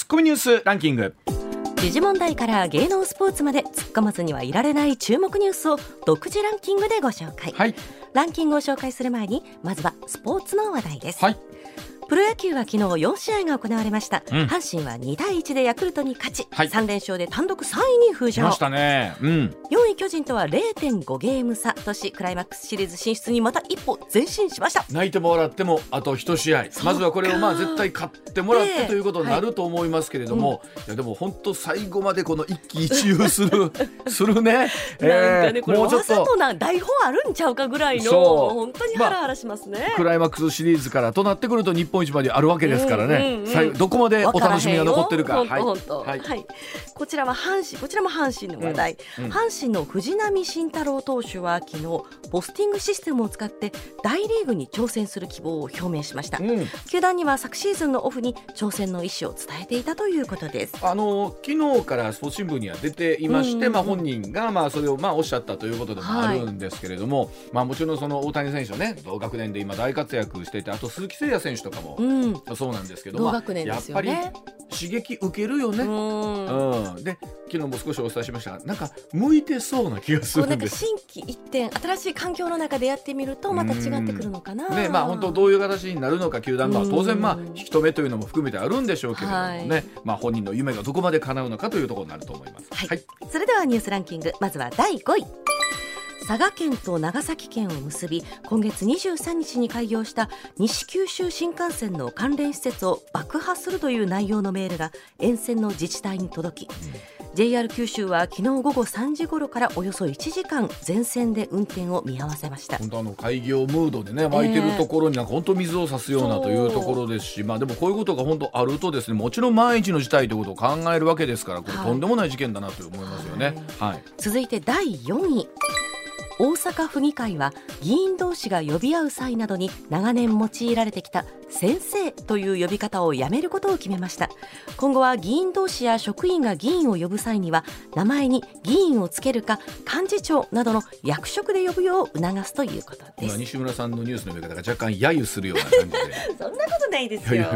コミニュースランキング。 時事問題から芸能スポーツまで突っ込まずにはいられない注目ニュースを独自ランキングでご紹介、 はい、 ランキングを紹介する前にまずはスポーツの話題です、 はい、 プロ野球は昨日4試合が行われました、阪神は2対1でヤクルトに勝ち、3連勝で単独3位に浮上。 来ましたね、 4位巨人とは 0.5 ゲーム差とし、クライマックスシリーズ進出にまた一歩前進しました。 泣いても笑ってもあと1試合、まずはこれを絶対勝ってもらってということになると思いますけれども、いやでも本当最後までこの一喜一憂するね、 なんかね、これもうちょっとわざとな台本あるんちゃうかぐらいの本当にハラハラしますね、 クライマックスシリーズからとなってくると日本一まであるわけですからね、どこまでお楽しみが残ってるか。 こちらはこちらも阪神の話題、阪神の藤浪晋太郎投手は昨日ポスティングシステムを使って大リーグに挑戦する希望を表明しました、球団には昨シーズンのオフに挑戦の意思を伝えていたということです。 昨日からスポーツ新聞には出ていまして、本人がそれをおっしゃったということでもあるんですけれども、もちろんその大谷選手はね同学年で今大活躍していて、あと鈴木誠也選手とかも、そうなんですけど、 同学年ですよね、 やっぱり刺激受けるよね。で昨日も少しお伝えしましたが、なんか向いてそうな気がするんです。 心機一転、新しい環境の中でやってみるとまた違ってくるのかな。 本当どういう形になるのか、球団が当然引き止めというのも含めてあるんでしょうけれどもね、本人の夢がどこまで叶うのかというところになると思います。 それではニュースランキング、まずは第5位。佐賀県と長崎県を結び、今月23日に開業した西九州新幹線の関連施設を爆破するという内容のメールが沿線の自治体に届き、JR 九州は昨日午後3時頃からおよそ1時間全線で運転を見合わせました。 本当開業ムードでね湧いてるところに本当水を差すようなというところですし、でもこういうことが本当あるとですね、もちろん万一の事態ということを考えるわけですから、これとんでもない事件だなと思いますよね。 続いて第4位。大阪府議会は議員同士が呼び合う際などに長年用いられてきた先生という呼び方をやめることを決めました。今後は議員同士や職員が議員を呼ぶ際には名前に議員をつけるか幹事長などの役職で呼ぶよう促すということです。 西村さんのニュースの呼び方が若干揶揄するような感じでそんなことないですよ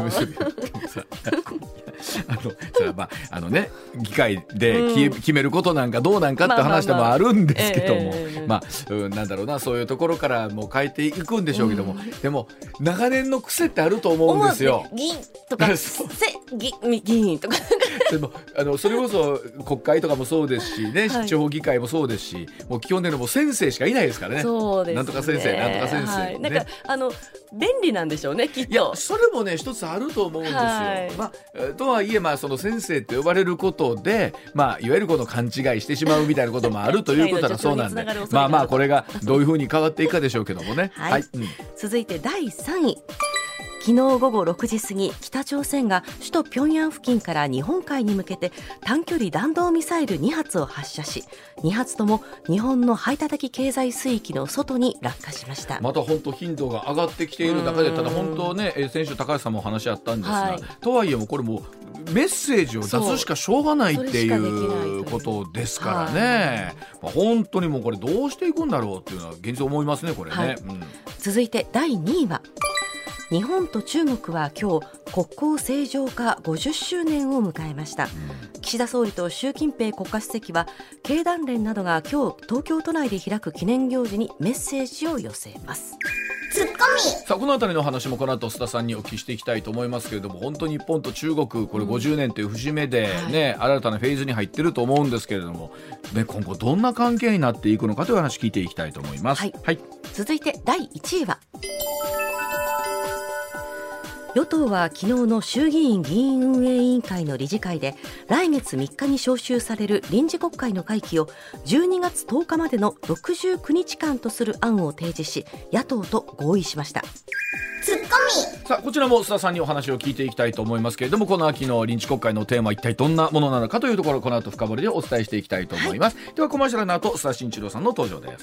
議会で決めることなんかどうなんかって話でもあるんですけども、なんだろうな、そういうところからもう変えていくんでしょうけども、でも長年の癖ってあると思うんですよ。 議員とか議員とかでもそれこそ国会とかもそうですしね、地方議会もそうですし、もう基本的にもう先生しかいないですからね。 そうですね、 なんとか先生なんとか先生、 なんか便利なんでしょうね、きっと。 いやそれもね一つあると思うんですよ。とはいえその先生って呼ばれることでいわゆるこの勘違いしてしまうみたいなこともあるということはそうなんで、これがどういうふうに変わっていくかでしょうけどもね。 続いて第3位。昨日午後6時過ぎ、北朝鮮が首都平壌付近から日本海に向けて短距離弾道ミサイル2発を発射し、2発とも日本の排他的経済水域の外に落下しました。 また本当頻度が上がってきている中で、ただ本当ね、先週高橋さんもお話あったんですが、とはいえもこれもメッセージを出すしかしょうがないっていうことですからね、本当にもうこれどうしていくんだろうっていうのは現実思いますね、これね。 続いて第2位は、日本と中国は今日国交正常化50周年を迎えました。岸田総理と習近平国家主席は経団連などが今日東京都内で開く記念行事にメッセージを寄せます。 さあこのあたりの話もこの後須田さんにお聞きしていきたいと思いますけれども、本当に日本と中国これ50年という節目で新たなフェーズに入っていると思うんですけれども、今後どんな関係になっていくのかという話聞いていきたいと思います。 続いて第1位は、与党は昨日の衆議院議員運営委員会の理事会で、来月3日に召集される臨時国会の会期を12月10日までの69日間とする案を提示し、野党と合意しました。 さあこちらも須田さんにお話を聞いていきたいと思いますけれども、この秋の臨時国会のテーマは一体どんなものなのかというところ、この後深掘りでお伝えしていきたいと思います。ではコマーシャルの後、須田慎一郎さんの登場です。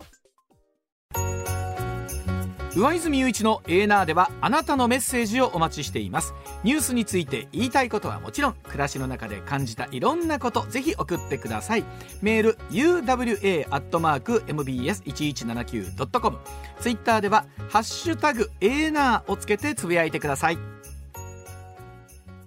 上泉雄一のエーナーではあなたのメッセージをお待ちしています。ニュースについて言いたいことはもちろん、暮らしの中で感じたいろんなこと、ぜひ送ってください。メール uwa@mbs1179.com、 ツイッターではハッシュタグエーナーをつけてつぶやいてください。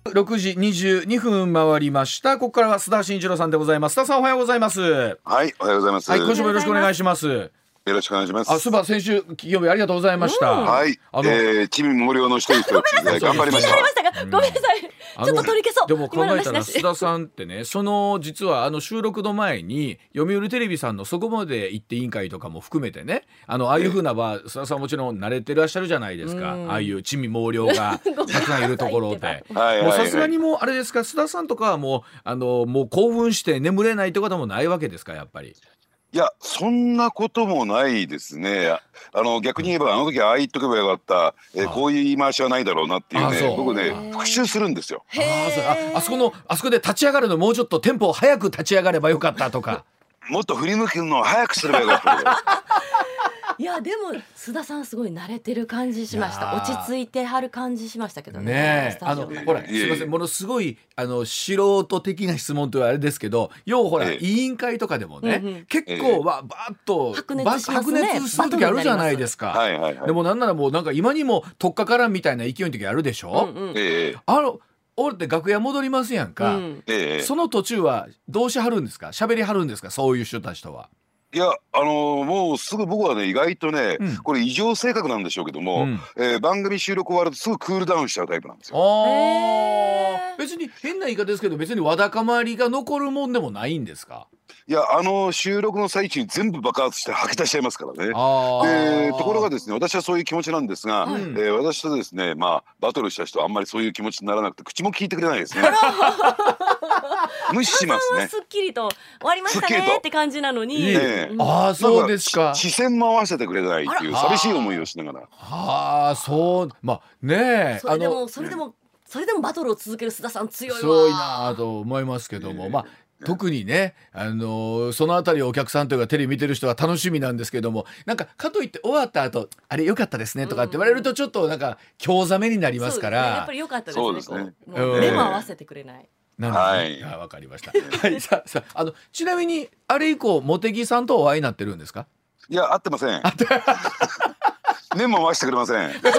6時22分回りました。ここからは須田慎一郎さんでございます。須田さんおはようございます。 はい、おはようございます。 はい、今週もよろしくお願いします。 よろしくお願いします。 そういえば先週金曜日ありがとうございました。 はい、チミ森尾の一人として頑張りました。 ごめんなさい。ちょっと取り消そう。 でも考えたら須田さんってね、実は収録の前に読売テレビさんのそこまで行って委員会とかも含めてね、ああいう風な場、須田さんもちろん慣れてらっしゃるじゃないですか。ああいう地味猛量がたくさんいるところで、もうさすがにもうあれですか、須田さんとかはもう興奮して眠れないということもないわけですか、やっぱり。 いや、そんなこともないですね。逆に言えばあの時ああ言っとけばよかった、こういう言い回しはないだろうなっていうね、僕ね復習するんですよ。 あそこで立ち上がるのもうちょっとテンポ早く立ち上がればよかったとかもっと振り向くのを早くすればよかったいやでも須田さんすごい慣れてる感じしました。落ち着いてはる感じしましたけどね。 ほらすいません、ものすごい素人的な質問というあれですけど、要はほら、委員会とかでもね、結構はバーッと白熱する時あるじゃないですか。でもなんならもうなんか今にも取っかからんみたいな勢いの時あるでしょ。俺って楽屋戻りますやんか、その途中はどうしはるんですか、喋りはるんですか、そういう人たちとは。 いや、もうすぐ僕はね、意外とね、これ異常性格なんでしょうけども、番組収録終わるとすぐクールダウンしちゃうタイプなんですよ。 別に変な言い方ですけど、別にわだかまりが残るもんでもないんですか。 いや、収録の最中に全部爆発して吐き出しちゃいますからね。ところがですね、私はそういう気持ちなんですが、私とですね、バトルした人はあんまりそういう気持ちにならなくて、口も聞いてくれないですね。無視しますね。 すっきりと終わりましたねって感じなのに、 そうですか。 視線も合わせてくれないっていう寂しい思いをしながら。 そうね。 それでもバトルを続ける須田さん強いなと思いますけども、特にね、そのあたりお客さんというかテレビ見てる人は楽しみなんですけども、なんかかといって終わった後あれ良かったですねとかって言われるとちょっとなんか興ざめになりますから、 やっぱり良かったですね。目も合わせてくれない。 わかりました。ちなみにあれ以降茂木さんとお会いになってるんですか。 いや、会ってません。目も合わせてくれません。 今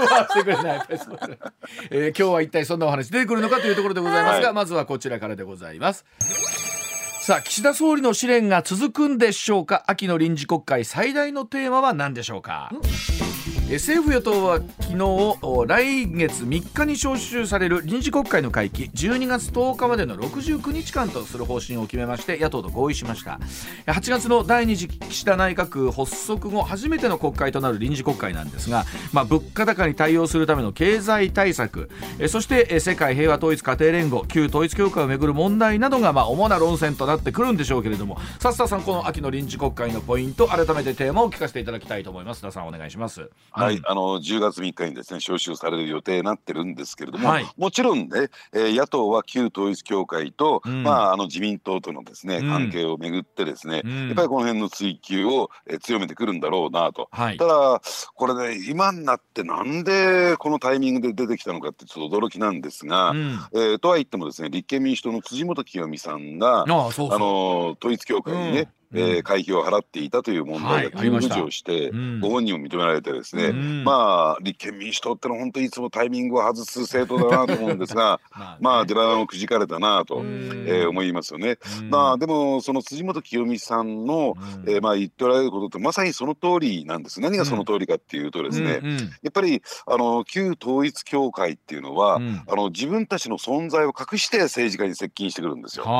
日は一体そんなお話出てくるのかというところでございますが、まずはこちらからでございます。さあ、岸田総理の試練が続くんでしょうか。秋の臨時国会最大のテーマは何でしょうか。政府与党は昨日来月3日に召集される臨時国会の会期12月10日までの69日間とする方針を決めまして、野党と合意しました。8月の第2次岸田内閣発足後初めての国会となる臨時国会なんですが、物価高に対応するための経済対策、そして世界平和統一家庭連合、旧統一教会をめぐる問題などが主な論戦となってくるんでしょうけれども、須田さん、この秋の臨時国会のポイント、改めてテーマを聞かせていただきたいと思います。須田さん、お願いします。 はい、10月3日にですね召集される予定になってるんですけれども、もちろんね、野党は旧統一教会と、自民党とのですね関係をめぐってですね、やっぱりこの辺の追及を強めてくるんだろうなと。ただこれね、今になってなんでこのタイミングで出てきたのかってちょっと驚きなんですが、とは言ってもですね、立憲民主党の辻元清美さんが統一教会にね、会費を払っていたという問題が急浮上して、ご本人を認められてですね、立憲民主党ってのは本当にいつもタイミングを外す政党だなと思うんですが出番をくじかれたなと思いますよね。でもその辻元清美さんの言っておられることってまさにその通りなんです。何がその通りかっていうとですね、やっぱり旧統一教会っていうのは自分たちの存在を隠して政治家に接近してくるんですよ。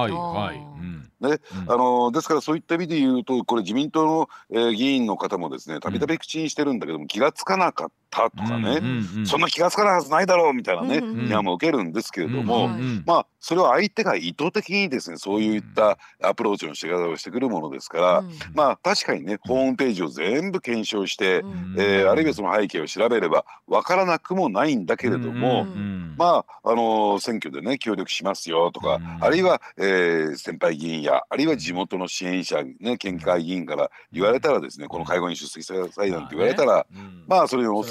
ですからそういった意味で言うと、これ自民党の議員の方もですねたびたび口にしてるんだけども、気がつかなかったとかね、そんな気がつかないはずないだろうみたいなね批判も受けるんですけれども、それは相手が意図的にですねそういったアプローチの仕方をしてくるものですから、確かにねホームページを全部検証して、あるいはその背景を調べれば分からなくもないんだけれども、選挙でね協力しますよとか、あるいは、先輩議員やあるいは地元の支援者ね、県議会議員から言われたらですね、この会合に出席してくださいなんて言われたら、それにお付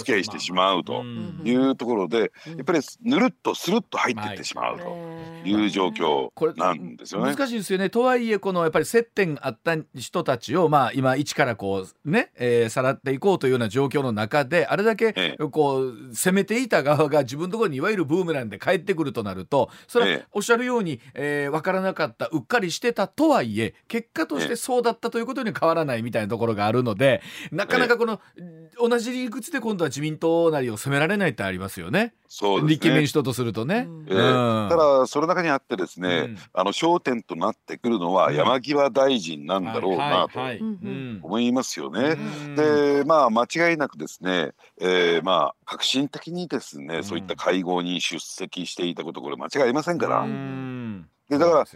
付き合いしてしまうというところで、やっぱりぬるっとスルッと入っていってしまうという状況なんですよね。 難しいですよね。とはいえこのやっぱり接点あった人たちを今一からこうね、さらっていこうというような状況の中で、あれだけこう攻めていた側が自分のところにいわゆるブーメランで帰ってくるとなると、それはおっしゃるように分からなかった、うっかりしてたとはいえ結果としてそうだったということに変わらないみたいなところがあるので、なかなかこの同じ理屈で今度は自民党なりを責められないってありますよね。 そうですね。 立憲民主党とするとね。 ただその中にあってですね、焦点となってくるのは山際大臣なんだろうなと思いますよね。で間違いなくですね、革新的にですね、そういった会合に出席していたこと、これ間違いありませんから。でだから、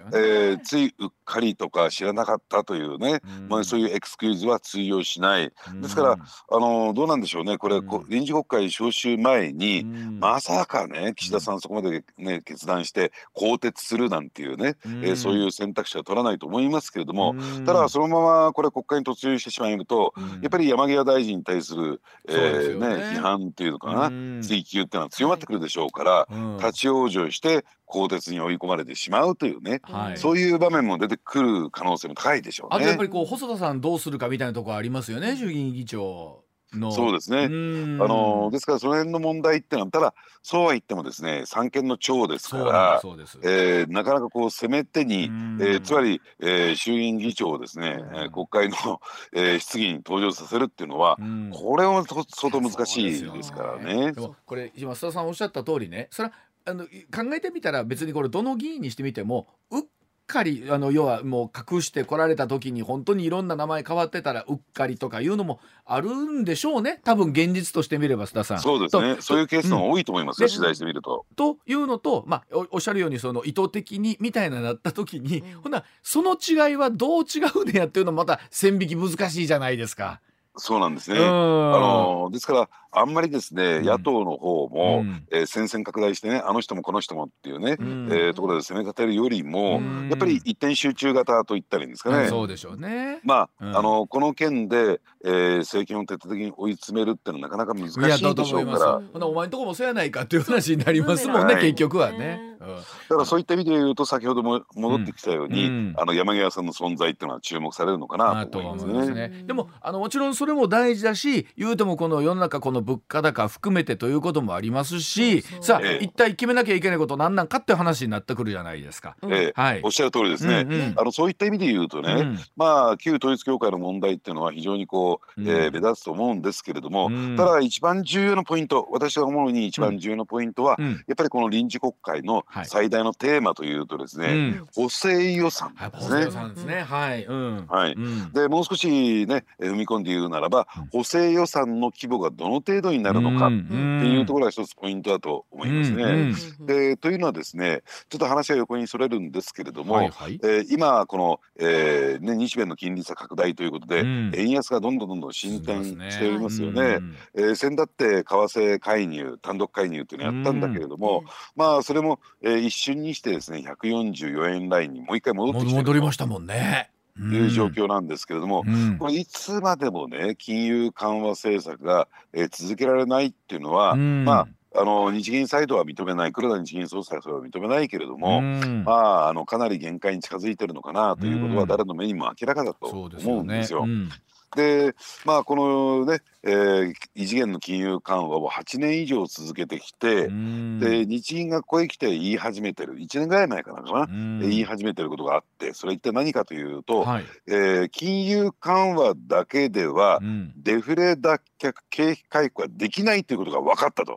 ついうっかりとか知らなかったというね、そういうエクスキューズは通用しない。ですからどうなんでしょうね、これ、臨時国会召集前にまさかね、岸田さんそこまでね決断して更迭するなんていうね、そういう選択肢は取らないと思いますけれども、ただそのままこれ国会に突入してしまうと、やっぱり山際大臣に対する、批判っていうのかな、追及っていうのは強まってくるでしょうから、立ち往生して更迭に追い込まれてしまうというね、そういう場面も出てくる可能性も高いでしょうね。 あとやっぱりこう細田さんどうするかみたいなところありますよね、衆議院議長の。 そうですね。ですからその辺の問題ってのは、ただそうは言ってもですね、三権の長ですから、なかなかこう攻め手に、つまり、衆議院議長をですね、国会の、質疑に登場させるっていうのは、これは相当難しいですからね。 でもこれ今須田さんおっしゃった通りね、それは考えてみたら別にこれどの議員にしてみてもうっかり要はもう隠してこられた時に本当にいろんな名前変わってたらうっかりとかいうのもあるんでしょうね、多分現実としてみれば須田さん。 そうですね、そういうケースも多いと思いますよ、取材してみると。 というのと、おっしゃるようにその意図的にみたいななった時に、ほなその違いはどう違うねやっていうのもまた線引き難しいじゃないですか。 そうなんですね。ですからあんまりですね、野党の方も、戦線拡大してね、あの人もこの人もっていうね、ところで攻め立てるよりも、やっぱり一点集中型といったらいいんですかね。 そうでしょうね。 この件で、政権を徹底的に追い詰めるっていうのはなかなか難しいでしょうから。 お前んとこもそうやないかっていう話になりますもんね、結局はね。 だからそういった意味で言うと、先ほども戻ってきたように、山際さんの存在っていうのは注目されるのかなと思いますね。 でももちろんそれも大事だし、言うてもこの世の中この物価高含めてということもありますし、さあ一体決めなきゃいけないこと何なんかっていう話になってくるじゃないですか。 おっしゃる通りですね。そういった意味で言うとね、旧統一教会の問題っていうのは非常にこう、目立つと思うんですけれども、ただ一番重要なポイント、私が思うに一番重要なポイントは、やっぱりこの臨時国会の最大のテーマというとですね、補正予算ですね。でもう少しね踏み込んで言うならば、補正予算の規模がどの程度になるのかっていうところが一つポイントだと思いますね。でというのはですね、ちょっと話は横にそれるんですけれども、今この、日米の金利差拡大ということで、円安がどんどん進展しておりますよね。先だって為替介入、単独介入っていうのをやったんだけれども、それも、一瞬にしてですね144円ラインにもう一回戻ってきて戻りましたもんね。 いう状況なんですけれども、これいつまでもね金融緩和政策が、続けられないっていうのは、日銀サイドは認めない、黒田日銀総裁はそれは認めないけれども、かなり限界に近づいてるのかなということは誰の目にも明らかだと思うんですよ。でこのね、異次元の金融緩和を8年以上続けてきて、で日銀がここへ来て言い始めてる、1年ぐらい前かな、言い始めてることがあって、それ一体何かというと、金融緩和だけではデフレ脱却、景気回復はできないということが分かったと。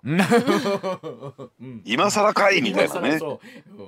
今更かいみたいなね。と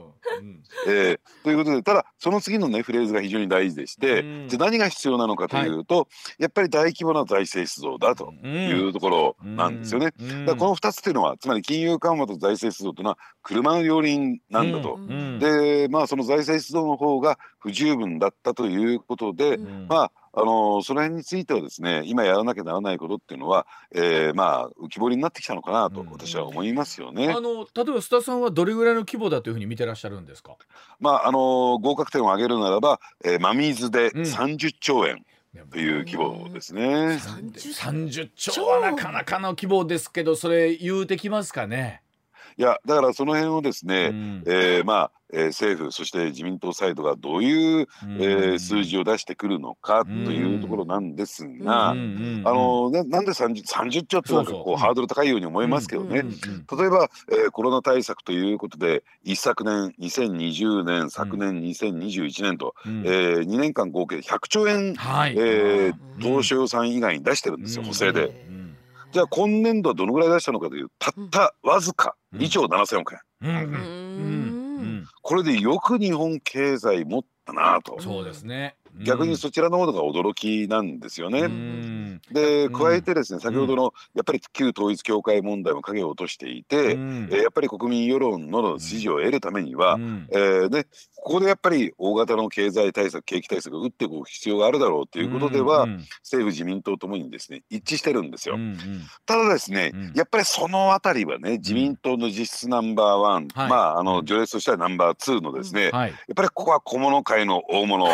いうことで、ただその次のねフレーズが非常に大事でして、じゃあ何が必要なのかというと、やっぱり大規模な財政出動だというところなんですよね。だからこの2つというのは、つまり金融緩和と財政出動というのは車の両輪なんだと。でその財政出動の方が不十分だったということで、その辺についてはですね、今やらなきゃならないことっていうのは、浮き彫りになってきたのかなと私は思いますよね。例えば須田さんはどれぐらいの規模だというふうに見てらっしゃるんですか。 合格点を上げるならば、真水で30兆円。 という規模ですね。 30兆はなかなかの規模ですけど、それ言うてきますかね。 いやだからその辺をですね、政府そして自民党サイドがどういう、数字を出してくるのかというところなんですが、なんで30兆ってなんかこうハードル高いように思いますけどね。例えば、コロナ対策ということで一昨年2020年昨年2021年と、2年間合計100兆円、当初予算以外に出してるんですよ、補正で。じゃあ今年度はどのぐらい出したのかというたったわずか2兆7,000億円。これでよく日本経済持ったなと。 そうですね。 逆にそちらの方が驚きなんですよね。で加えてですね、先ほどのやっぱり旧統一教会問題も影を落としていて、やっぱり国民世論の支持を得るためには、ここでやっぱり大型の経済対策景気対策を打っていく必要があるだろうということでは、政府自民党ともにですね一致してるんですよ。ただですね、やっぱりそのあたりはね自民党の実質ナンバーワン、序列としてはナンバー2のですね、やっぱりここは小物界の大物で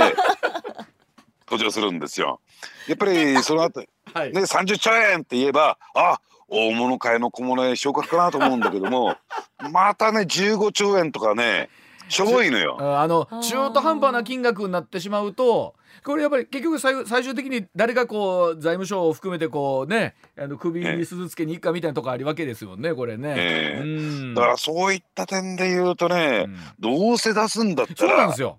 登場するんですよ。やっぱりその後ね30兆円って言えば大物界の小物へ昇格かなと思うんだけどもまたね15兆円とかねしょぼいのよ。 中途半端な金額になってしまうとこれやっぱり結局最終的に誰がこう財務省を含めてこうね首に鈴つけに行くかみたいなところあるわけですよねこれね。 だからそういった点で言うとね、どうせ出すんだったらそうなんですよ。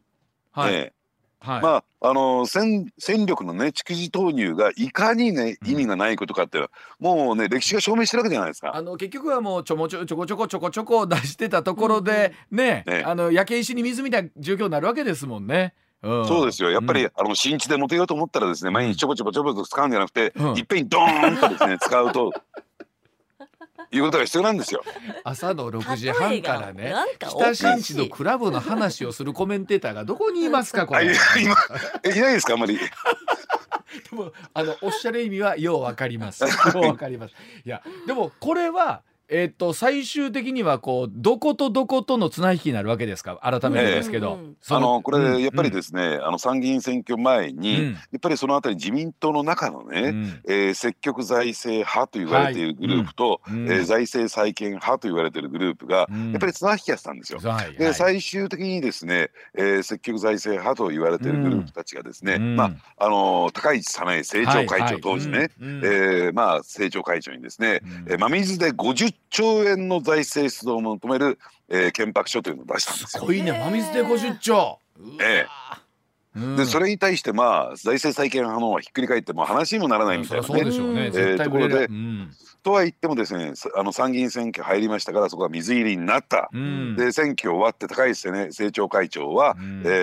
戦力のね蓄次投入がいかにね意味がないことかっていうのはもうね歴史が証明してるわけじゃないですか。 結局はもうちょこちょこ出してたところで焼け石に水みたいな状況になるわけですもんね。 そうですよ。やっぱり新地でモテようと思ったらですね毎日ちょこちょこと使うんじゃなくていっぺんにドーンとですね使うということが必要なんですよ。 朝の6時半からね北新地のクラブの話をするコメンテーターがどこにいますかこれ。 いないですかあんまり。 でもおっしゃる意味はようわかります。ようわかります。いやでもこれは最終的にはこうどことどことの綱引きになるわけですか。改めてですけど、 これやっぱりですね、参議院選挙前に、やっぱりそのあたり自民党の中のね、積極財政派と言われているグループと、財政再建派と言われているグループが、やっぱり綱引きやってたんですよ。で最終的にですね、積極財政派と言われているグループたちがですね、高市早苗政調会長当時ね、政調会長にですね、真水で50兆円の財政出動を求める、憲白書というのを出したんですよ。 すごいね、真水で50兆。 でそれに対して財政再建派の方はひっくり返って話にもならないみたいなねところで、とは言ってもですね参議院選挙入りましたからそこは水入りになった。で選挙終わって高市政調会長は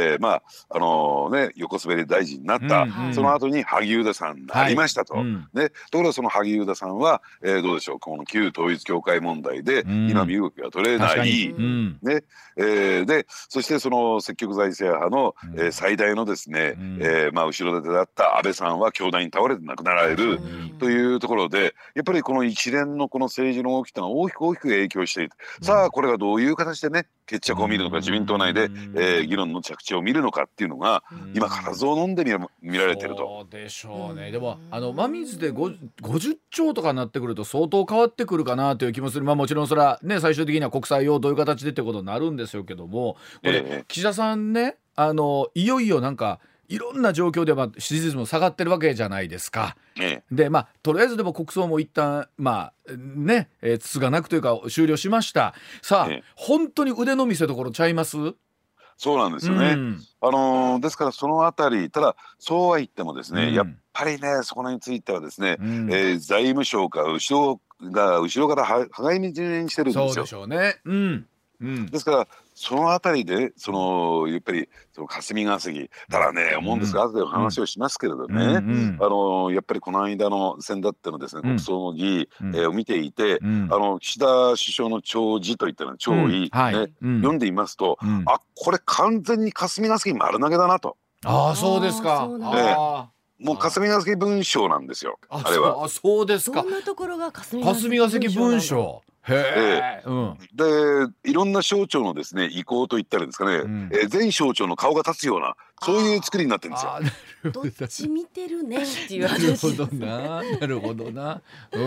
横滑り大臣になった。その後に萩生田さんになりましたと。ところがその萩生田さんはどうでしょう、この旧統一教会問題で今身動きが取れない。でそしてその積極財政派の最大のですね後ろ盾だった安倍さんは凶弾に倒れて亡くなられるというところで、やっぱりこの一連のこの政治の動きというのは大きく影響している。さあこれがどういう形でね決着を見るのか、自民党内で議論の着地を見るのかっていうのが今固唾を飲んで見られてると。 そうでしょうね。でも真水で50兆とかになってくると相当変わってくるかなという気もする。もちろんそれはね最終的には国債をどういう形でってことになるんですよけども、これ岸田さんねいよいよなんかいろんな状況で支持率も下がってるわけじゃないですか。でとりあえずでも国葬も一旦つがなくというか終了しました。さあ本当に腕の見せ所ちゃいます？ そうなんですよね。ですからそのあたり、ただそうは言ってもですね、やっぱりねそこについてはですね、財務省が後ろから羽交い締めにしてるんですよ。 そうでしょうね。 ですからそのあたりでやっぱり霞が関ただね思うんですが後で話をしますけれどね、やっぱりこの間の先だってのですね国葬の議を見ていて岸田首相の弔辞といったの弔意読んでいますとこれ完全に霞が関丸投げだなと。 そうですか。 もう霞が関文書なんですよあれは。 そうですか。 そんなところが霞が関文書。 へでいろんな省庁のですね意向といったらですかね、全省庁の顔が立つようなそういう作りになってるんですよ。 どっち見てるねっていうなる話ほどな、なるほどな。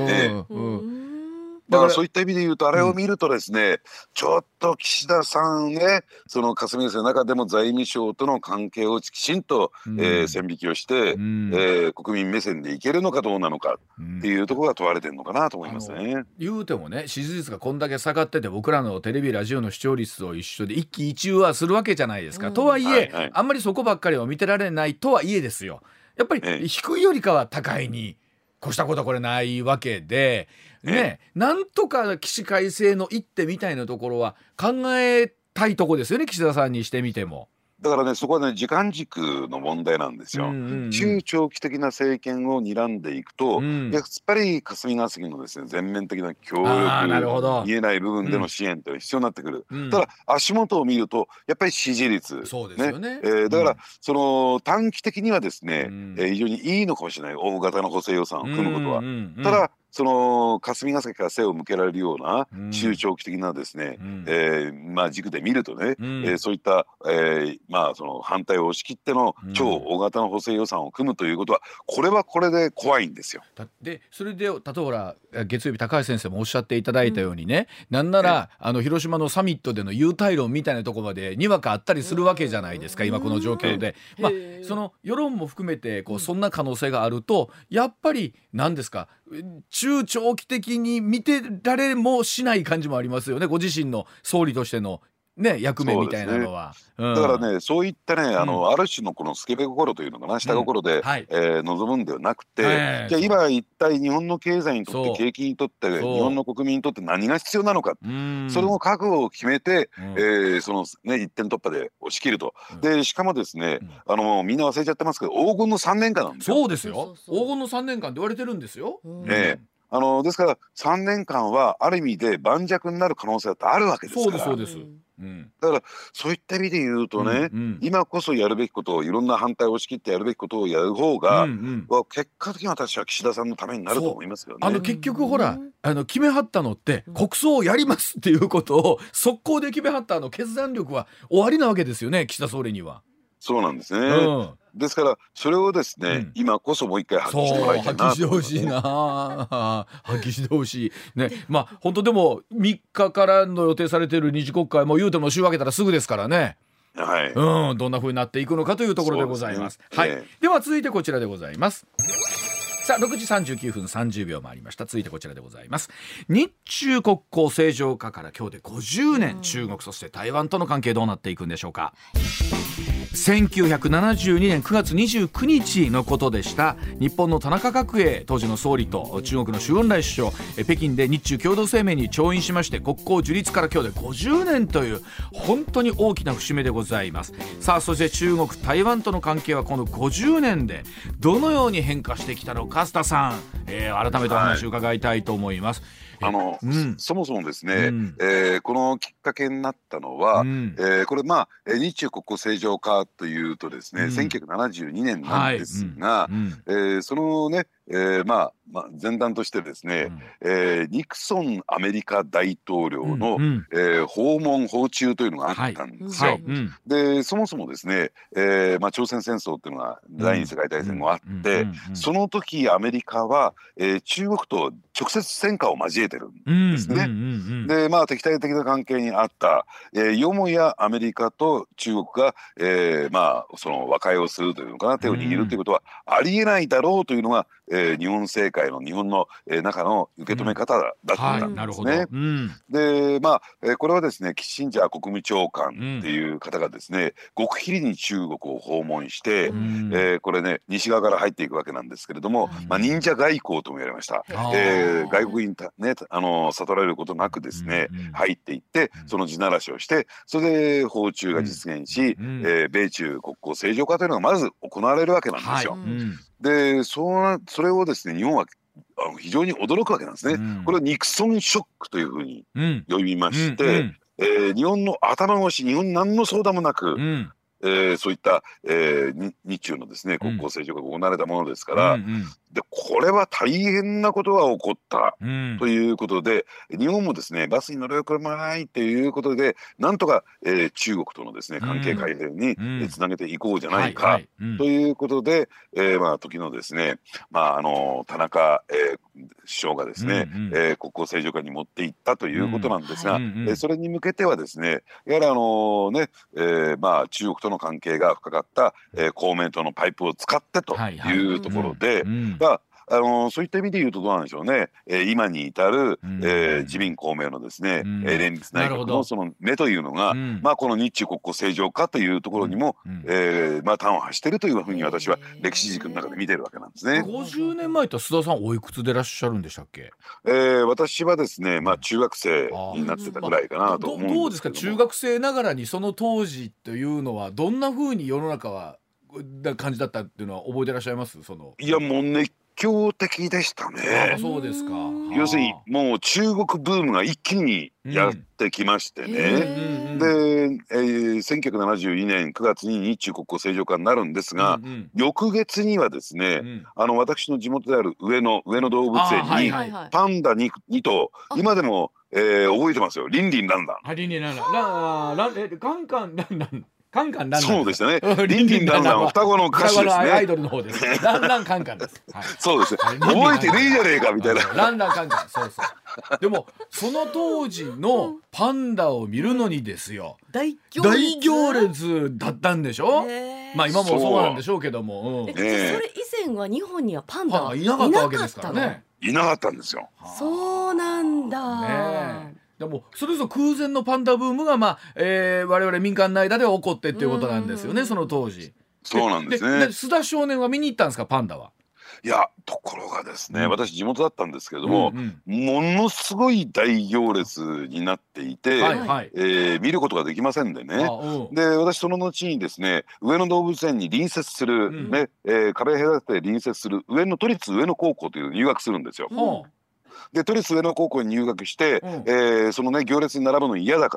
まあそういった意味で言うとあれを見るとですね、ちょっと岸田さんね、その霞が関の中でも財務省との関係をきちんと、線引きをして、国民目線でいけるのかどうなのかっていうところが問われてるのかなと思いますね。 言うてもね、支持率がこんだけ下がってて僕らのテレビラジオの視聴率と一緒で一喜一憂はするわけじゃないですか。とはいえ、あんまりそこばっかりは見てられないとはいえですよ。やっぱり低いよりかは高いに越したことはこれないわけでね、なんとか起死回生の一手みたいなところは考えたいとこですよね、岸田さんにしてみても。 だからね、そこはね時間軸の問題なんですよ。中長期的な政権を睨んでいくと、やっぱり霞が関のですね全面的な協力、見えない部分での支援というのが必要になってくる。ただ足元を見るとやっぱり支持率、 そうですよね。 だからその短期的にはですね、非常にいいのかもしれない、大型の補正予算を組むことは。ただその霞が関から背を向けられるような中長期的なですね、まあ軸で見るとね、そういった、まあその反対を押し切っての超大型の補正予算を組むということは、これはこれで怖いんですよ。 でそれで例えば月曜日高橋先生もおっしゃっていただいたようにね、なんなら広島のサミットでの優待論みたいなところまでにわかあったりするわけじゃないですか、今この状況で。まあその世論も含めてこうそんな可能性があると、やっぱり何ですか、中長期的に見てられもしない感じもありますよね、ご自身の総理としてのね役目みたいなのは。 だからね、そういったねある種のこのスケベ心というのかな、下心で望むんではなくて、じゃあ今一体日本の経済にとって景気にとって日本の国民にとって何が必要なのか、その覚悟を決めてそのね一点突破で押し切ると。でしかもですね、みんな忘れちゃってますけど黄金の3年間なんですよ。 そうですよ、黄金の3年間って言われてるんですよ。 ですから3年間はある意味で盤石になる可能性だってあるわけですから。 そうです。 だからそういった意味で言うとね、今こそやるべきことを、いろんな反対を押し切ってやるべきことをやる方が、結果的に私は岸田さんのためになると思いますよね。 結局ほら決めはったのって国葬をやりますっていうことを速攻で決めはった決断力は終わりなわけですよね、岸田総理には。 そうなんですね。ですからそれをですね、今こそもう一回発揮してもらいたいな。 発揮してほしいな発揮してほしいね。まあ本当でも3日からの予定されている2次国会も言うても週明けたらすぐですからね。どんな風になっていくのかというところでございます。では続いてこちらでございます。さあ6時39分30秒もありました。続いてこちらでございます。日中国交正常化から今日で50年、中国そして台湾との関係どうなっていくんでしょうか。1972年9月29日のことでした。日本の田中角栄当時の総理と中国の周恩来首相、北京で日中共同声明に調印しまして、国交樹立から今日で50年という本当に大きな節目でございます。さあそして中国台湾との関係はこの50年でどのように変化してきたのか、須田さん、改めてお話を伺いたいと思います。 そもそもですね、このきっかけになったのは、これ日中国交正常化というとですね、1972年なんですが、そのね前段としてですね、ニクソンアメリカ大統領の訪問訪中というのがあったんですよ。でそもそもですね、朝鮮戦争っていうのが第二次世界大戦もあって、その時アメリカは中国と直接戦火を交えてるんですね。で敵対的な関係にあった、よもやアメリカと中国が、その和解をするというのかな、手を握るということはありえないだろうというのが、日本政界の日本の、中の受け止め方だったんですね。でこれはですねキッシンジャー国務長官っていう方がですね、極秘裏に中国を訪問して、これね西側から入っていくわけなんですけれども、忍者外交とも言われました。外国にね悟られることなくですね、入っていってその地ならしをして、それで訪中が実現し、米中国交正常化というのがまず行われるわけなんですよ。でそれをですね日本は非常に驚くわけなんですね。これをニクソンショックというふうに呼びまして、日本の頭越し、日本に何の相談もなく、 そういった、日中のですね国交正常化が行われたものですから、でこれは大変なことが起こったということで、日本もですねバスに乗り遅れないっていうことでなんとか、中国とのですね関係改善につなげていこうじゃないかということで、時のですね、田中、首相がですね、国交正常化に持っていったということなんですが、それに向けてはですねやはり中国との関係が深かった、公明党のパイプを使ってというところで、そういった意味で言うとどうなんでしょうね、今に至る、自民公明のですね、連立内閣のその目というのが、この日中国交正常化というところにも、端を発しているというふうに私は歴史軸の中で見てるわけなんですね。 50年前と須田さんおいくつでいらっしゃるんでしたっけ？ 私はですね、中学生になってたぐらいかなと思うんですけども。 どうですか、中学生ながらにその当時というのはどんなふうに世の中は感じだったっていうのは覚えてらっしゃいます？ いやもう熱狂的でしたね。 そうですか。 要するにもう中国ブームが一気にやってきましてね、で、1972年9月に日中国交正常化になるんですが、翌月にはですね、私の地元である上野動物園にパンダ 2頭、今でも、覚えてますよ。リンリンランラン。 リンリンランラン、カンカンランラン。カンカンランラン。 そうでしたね。リンリンランランは双子の歌手ですね。 アイドルの方です。ランランカンカンです。 そうですね。覚えてねえじゃねえかみたいな。 ランランカンカン。そうそう。でもその当時のパンダを見るのにですよ。 大行列だったんでしょ。今もそうなんでしょうけども。 それ以前は日本にはパンダいなかったわけですからね。 いなかったんですよ。 そうなんだ。 でもそれぞれ空前のパンダブームが我々民間の間では起こってっていうことなんですよね、その当時。 そうなんですね。 須田少年は見に行ったんですか、パンダは。 いやところがですね、私地元だったんですけれども、ものすごい大行列になっていて、見ることができませんでね。で私その後にですね上野動物園に隣接する、壁隔てて隣接する都立上野高校という入学するんですよ。で都立上野高校に入学して、そのね行列に並ぶの嫌だから、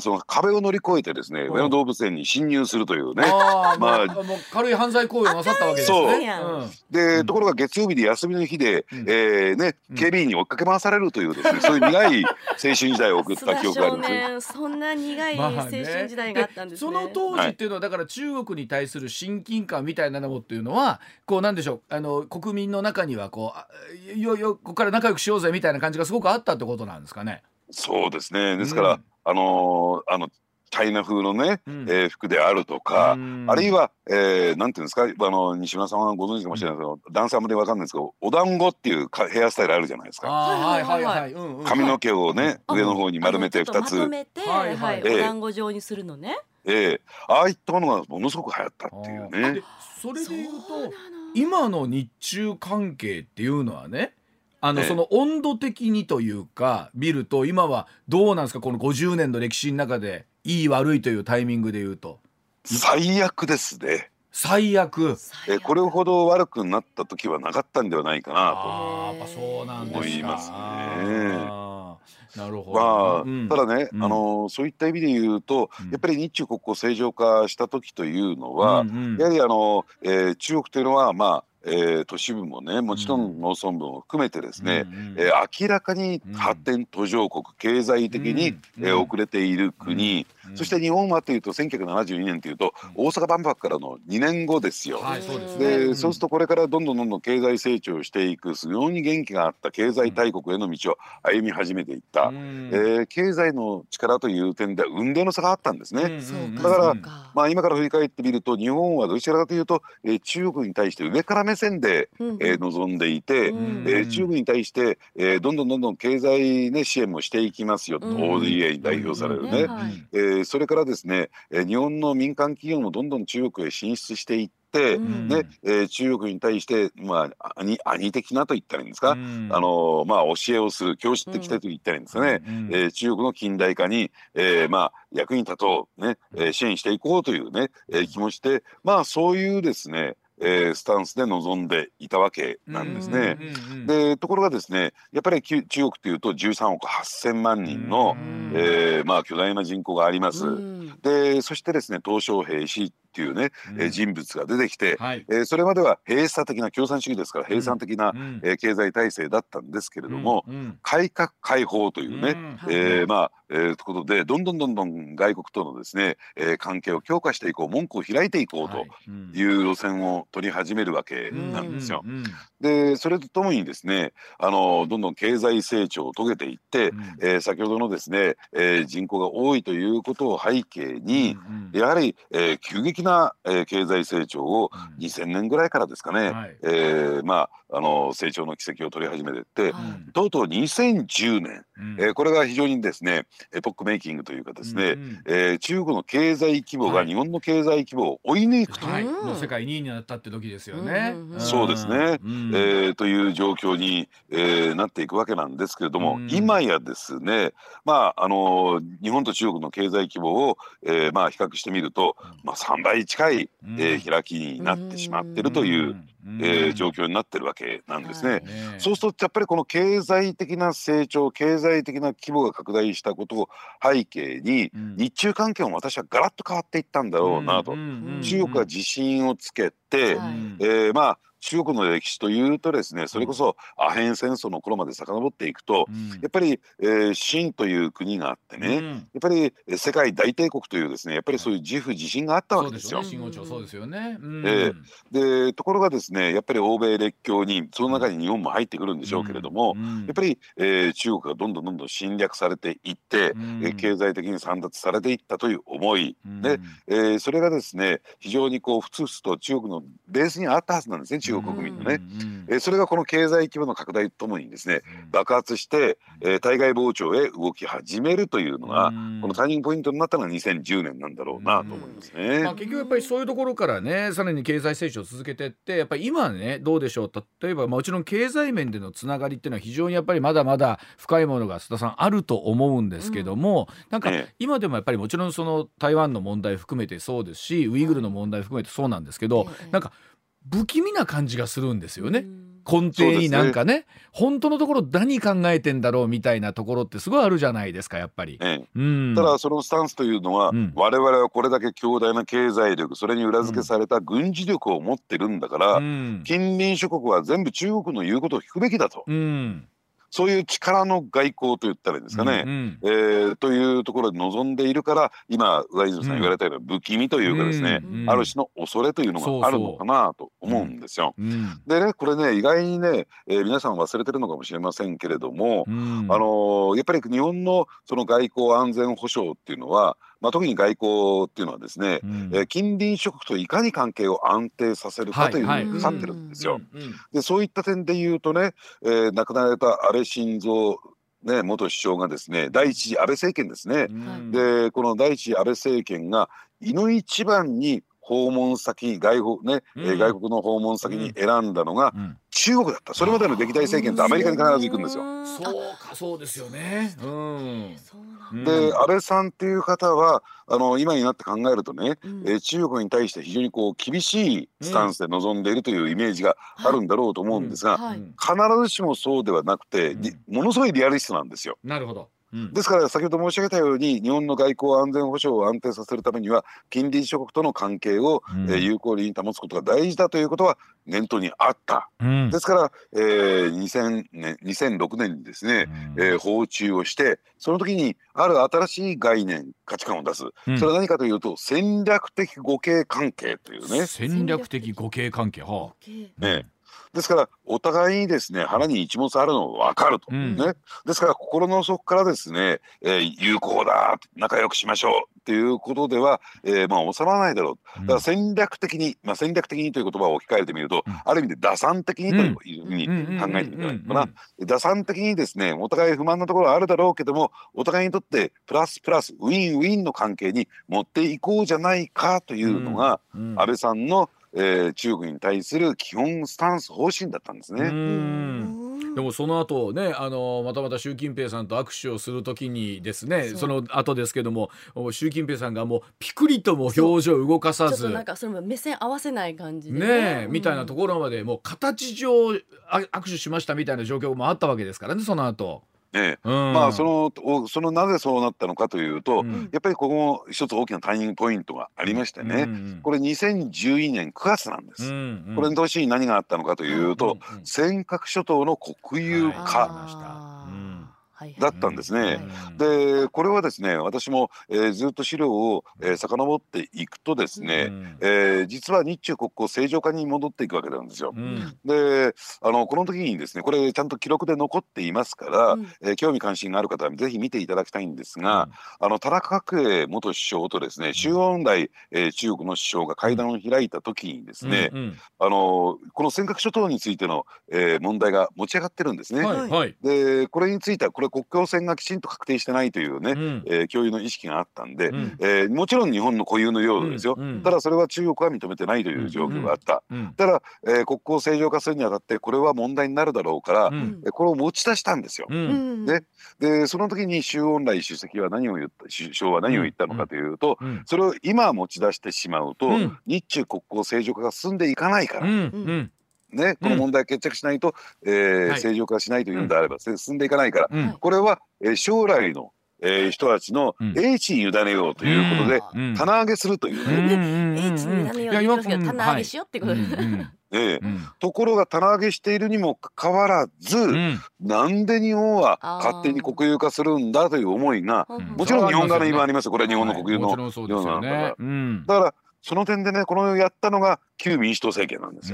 その壁を乗り越えてですね、上野動物園に侵入するというね、 もう軽い犯罪行為をなさったわけですね。 でところが月曜日で休みの日で、警備員に追っかけ回されるというですね、そういう苦い青春時代を送った記憶があるんですね。 そんな苦い青春時代があったんですね。 その当時っていうのはだから中国に対する親近感みたいなのっていうのはこうなんでしょう、国民の中にはここから仲良くしようぜみたいな感じがすごくあったってことなんですかね。 そうですね。ですから、チャイナ風のね、服であるとか、あるいは、なんていうんですか、西村さんはご存知かもしれないけど、ダンサーまでわかんないですけど、お団子っていうヘアスタイルあるじゃないですか。髪の毛をね、上の方に丸めて2つ、 まとめて、お団子状にするのね。 ああいったものがものすごく流行ったっていうね。 それでいうと今の日中関係っていうのはね、その温度的にというか見ると今はどうなんですか、この50年の歴史の中でいい悪いというタイミングで言うと。 最悪ですね。 最悪。 これほど悪くなった時はなかったんではないかなと思いますね。 なるほど。 ただね、そういった意味で言うと、やっぱり日中国交正常化した時というのは、やはり中国というのは都市部もねもちろん農村部も含めてですね、明らかに発展途上国、経済的に、遅れている国、そして日本はというと1972年というと、大阪万博からの2年後ですよ。でそうするとこれからどんどん経済成長していく、非常に元気があった経済大国への道を歩み始めていった、経済の力という点では雲泥の差があったんですね。だから今から振り返ってみると、日本はどちらかというと、中国に対して上から目線で、臨んでいて、中国に対して、どんどん経済、支援もしていきますよ、ODA に代表されるね、それからですね、日本の民間企業もどんどん中国へ進出していって、中国に対して兄的なと言ったらいいんですか、教えをする、教師的と言ったらいいんですかね、中国の近代化に、役に立とう、支援していこうというね、気持ちでそういうですねスタンスで臨んでいたわけなんですね。でところがですね、やっぱり中国というと13億8,000万人の、巨大な人口があります。 でそしてですね鄧小平氏っていうね、人物が出てきて、 はい、 それまでは閉鎖的な共産主義ですから閉鎖的な、経済体制だったんですけれども、改革開放というね、ことでどんどん外国とのですね、関係を強化していこう、門戸を開いていこうという路線を取り始めるわけなんですよ。でそれとともにですねどんどん経済成長を遂げていって、先ほどのですね、人口が多いということを背景に、やはり、急激な、経済成長を2000年ぐらいからですかね、成長の軌跡を取り始めていって、とうとう2010年、これが非常にですねエポックメイキングというかですね、中国の経済規模が日本の経済規模を追い抜くと、 もう世界2位になったって時ですよね。 そうですね、という状況に、なっていくわけなんですけれども、今やですね日本と中国の経済規模を、比較してみると、3倍近い、開きになってしまっているという、状況になってるわけなんですね。そうするとやっぱりこの経済的な成長、経済的な規模が拡大したことを背景に、日中関係も私はガラッと変わっていったんだろうなと、中国が自信をつけて、中国の歴史というとですね、それこそアヘン戦争の頃まで遡っていくと、やっぱり、清という国があってね、やっぱり世界大帝国というですね、やっぱりそういう自負自信があったわけですよ。 清王朝そうですよね。 でところがですね、やっぱり欧米列強にその中に日本も入ってくるんでしょうけれども、やっぱり、中国がどんどん侵略されていって、経済的に簒奪されていったという思いで、それがですね非常にこうふつふつと中国のベースにあったはずなんですね、中国国民のね。それがこの経済規模の拡大とともにですね爆発して、対外膨張へ動き始めるというのが、このターニングポイントになったのが2010年なんだろうなと思いますね。 結局やっぱりそういうところからね、さらに経済成長を続けていって、やっぱり今ねどうでしょう、例えばもちろん経済面でのつながりっていうのは非常にやっぱりまだまだ深いものが須田さんあると思うんですけども、なんか今でもやっぱりもちろんその台湾の問題含めてそうですし、ウイグルの問題含めてそうなんですけど、なんか不気味な感じがするんですよね。根底になんか ね本当のところ何考えてんだろうみたいなところってすごいあるじゃないですか、やっぱり。 ただそのスタンスというのは、我々はこれだけ強大な経済力、それに裏付けされた軍事力を持ってるんだから、近隣諸国は全部中国の言うことを聞くべきだと。そういう力の外交と言ったらいいんですかね、というところで望んでいるから、今上泉さん言われたような不気味というかですね、ある種の恐れというのがあるのかなと思うんですよ。でね、これね意外にね、皆さん忘れてるのかもしれませんけれども、やっぱり日本のその外交安全保障っていうのは、特に外交っていうのはですね、近隣諸国といかに関係を安定させるかというのにかかってるんですよ。でそういった点で言うとね、亡くなられた安倍晋三元首相がですね、第一次安倍政権ですね、でこの第一次安倍政権がいの一番に訪問先、外国の訪問先に選んだのが中国だった。それまでの歴代政権ってアメリカに必ず行くんですよ。 そうですよね。 で安倍さんっていう方は今になって考えるとね、中国に対して非常にこう厳しいスタンスで臨んでいるというイメージがあるんだろうと思うんですが、必ずしもそうではなくて、ものすごいリアリストなんですよ。 なるほど。 ですから先ほど申し上げたように、日本の外交安全保障を安定させるためには近隣諸国との関係を、有効に保つことが大事だということは念頭にあった。ですから、2006年にですね、訪中をして、その時にある新しい概念、価値観を出す。それは何かというと戦略的互恵関係というね。 戦略的互恵関係、 ですからお互いにですね腹に一物あるのが分かると、ですから心の底からですね、友好だ、仲良くしましょうっていうことでは、収まらないだろう。だから戦略的に、戦略的にという言葉を置き換えてみると、ある意味で打算的にというふうに考えてみたらいいのかな。打算的にですね、お互い不満なところはあるだろうけども、お互いにとってプラスプラスウィンウィンの関係に持っていこうじゃないかというのが、安倍さんの中国に対する基本スタンス、方針だったんですね。 でもその後ね、また習近平さんと握手をするときにですね、その後ですけども、習近平さんがもうピクリとも表情を動かさず、 ちょっとなんかそれも目線合わせない感じでね、みたいなところまでもう形上握手しましたみたいな状況もあったわけですからね、その後。 まあそのなぜそうなったのかというと、やっぱりここ一つ大きなターニングポイントがありましてね、これ2012年9月なんです。これの年に何があったのかというと、尖閣諸島の国有化だったんですね。でこれはですね、私も、ずっと資料を、遡っていくとですね、実は日中国交正常化に戻っていくわけなんですよ。でこの時にですね、これちゃんと記録で残っていますから、興味関心がある方はぜひ見ていただきたいんですが、田中角栄元首相とですね、周恩来、中国の首相が会談を開いた時にですね、この尖閣諸島についての、問題が持ち上がってるんですね。でこれについては国境線がきちんと確定してないというね、共有の意識があったんで、もちろん日本の固有の領土ですよ。ただそれは中国は認めてないという状況があった。ただ、国交正常化するにあたってこれは問題になるだろうから、これを持ち出したんですよ。でその時に周恩来首相は何を言ったのかというと、それを今持ち出してしまうと、日中国交正常化が進んでいかないから。ね、この問題決着しないと、正常化しないというんであれば、進んでいかないから、これは、将来の、人たちの英知に委ねようということで、棚上げするというね。 英知に委ねようと言いますけど、棚上げしようってことですね。 ところが棚上げしているにもかかわらず、なんで日本は勝手に国有化するんだという思いが、もちろん日本側の言い分ありますよ。これは日本の国有の領土なんだから。だからその点でね、このやったのが旧民主党政権なんですよ。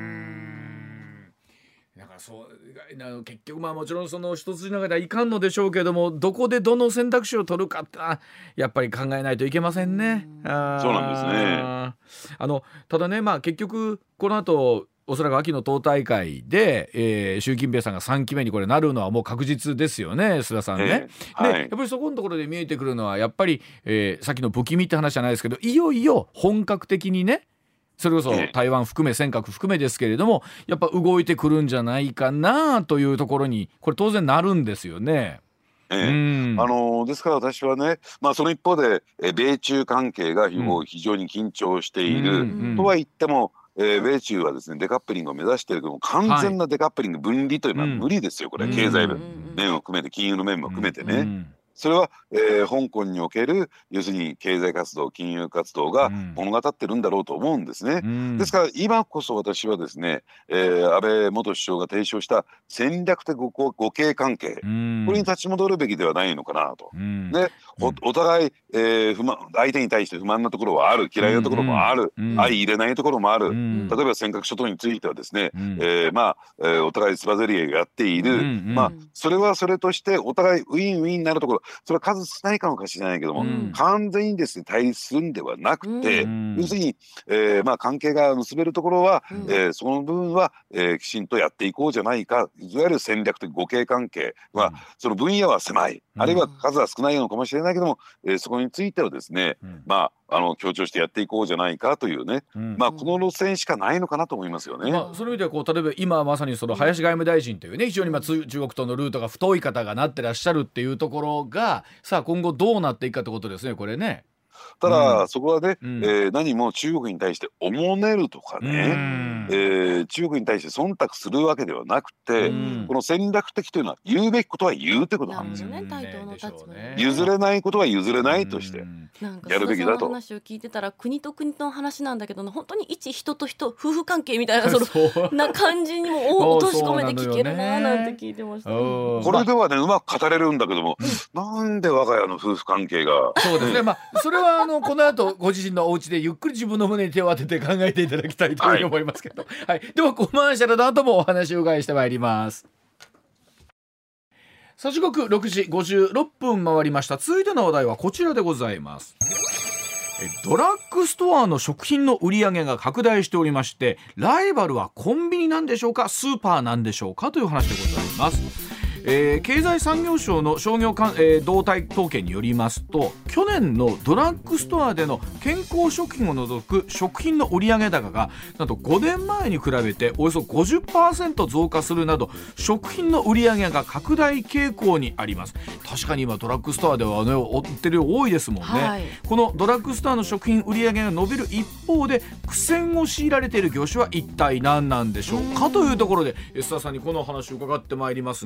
だからそう結局もちろんその一筋縄ではいかんのでしょうけども、どこでどの選択肢を取るかってやっぱり考えないといけませんね。 そうなんですね。 ただね、結局この後おそらく秋の党大会で、習近平さんが3期目にこれなるのはもう確実ですよね、須田さんね。でやっぱりそこのところで見えてくるのはやっぱり、さっきの不気味って話じゃないですけど、いよいよ本格的にね、それこそ台湾含め尖閣含めですけれども、やっぱ動いてくるんじゃないかなというところにこれ当然なるんですよね。 ですから私はね、その一方で、米中関係が非常に緊張している、とは言っても、米中はですねデカップリングを目指しているけども、完全なデカップリング分離というのは無理ですよ。これ経済面を含めて金融の面も含めてね。それは、香港における要するに経済活動、金融活動が物語ってるんだろうと思うんですね。ですから今こそ私はですね、安倍元首相が提唱した戦略的互恵関係、これに立ち戻るべきではないのかなと。お互い、相手に対して不満なところはある、嫌いなところもある、相入れないところもある。例えば尖閣諸島についてはですね、お互いつばぜり合いをやっている。それはそれとしてお互いウィンウィンになるところ、それは数少ないかもしれないけども、完全にですね対立するんではなくて、要するに、関係が結べるところは、その部分は、きちんとやっていこうじゃないか。いわゆる戦略的互恵関係は、その分野は狭い、あるいは数は少ないのかもしれないけども、そこについてはですね、強調してやっていこうじゃないかというね、この路線しかないのかなと思いますよね。 その意味では例えば今まさにその林外務大臣というね、非常に中国とのルートが太い方がなってらっしゃるっていうところが、さあ今後どうなっていくかってことですね、これね。 ただ、そこはね、何も中国に対しておもねるとかね、中国に対して忖度するわけではなくて、この戦略的というのは言うべきことは言うってことなんですよね。譲れないことは譲れないとしてやるべきだと。 話を聞いてたら、国と国の話なんだけど、本当に一人と人、夫婦関係みたいなな感じにも落とし込めて聞けるななんて聞いてました。 これではねうまく語れるんだけども、なんで我が家の夫婦関係が。 そうですね。それはこの後ご自身のお家でゆっくり自分の胸に手を当てて考えていただきたいと思いますけど、ではコマーシャルの後もお話を伺いしてまいります。さあ時刻6時56分回りました。続いての話題はこちらでございます。ドラッグストアの食品の売り上げが拡大しておりまして、ライバルはコンビニなんでしょうか、スーパーなんでしょうかという話でございます。経済産業省の商業動態統計によりますと、去年のドラッグストアでの健康食品を除く食品の売上高がなんと5年前に比べておよそ 50% 増加するなど、食品の売上が拡大傾向にあります。確かに今ドラッグストアではね売ってる量多いですもんね。このドラッグストアの食品売上が伸びる一方で苦戦を強いられている業種は一体何なんでしょうかというところで、須田さんにこの話を伺ってまいりますが、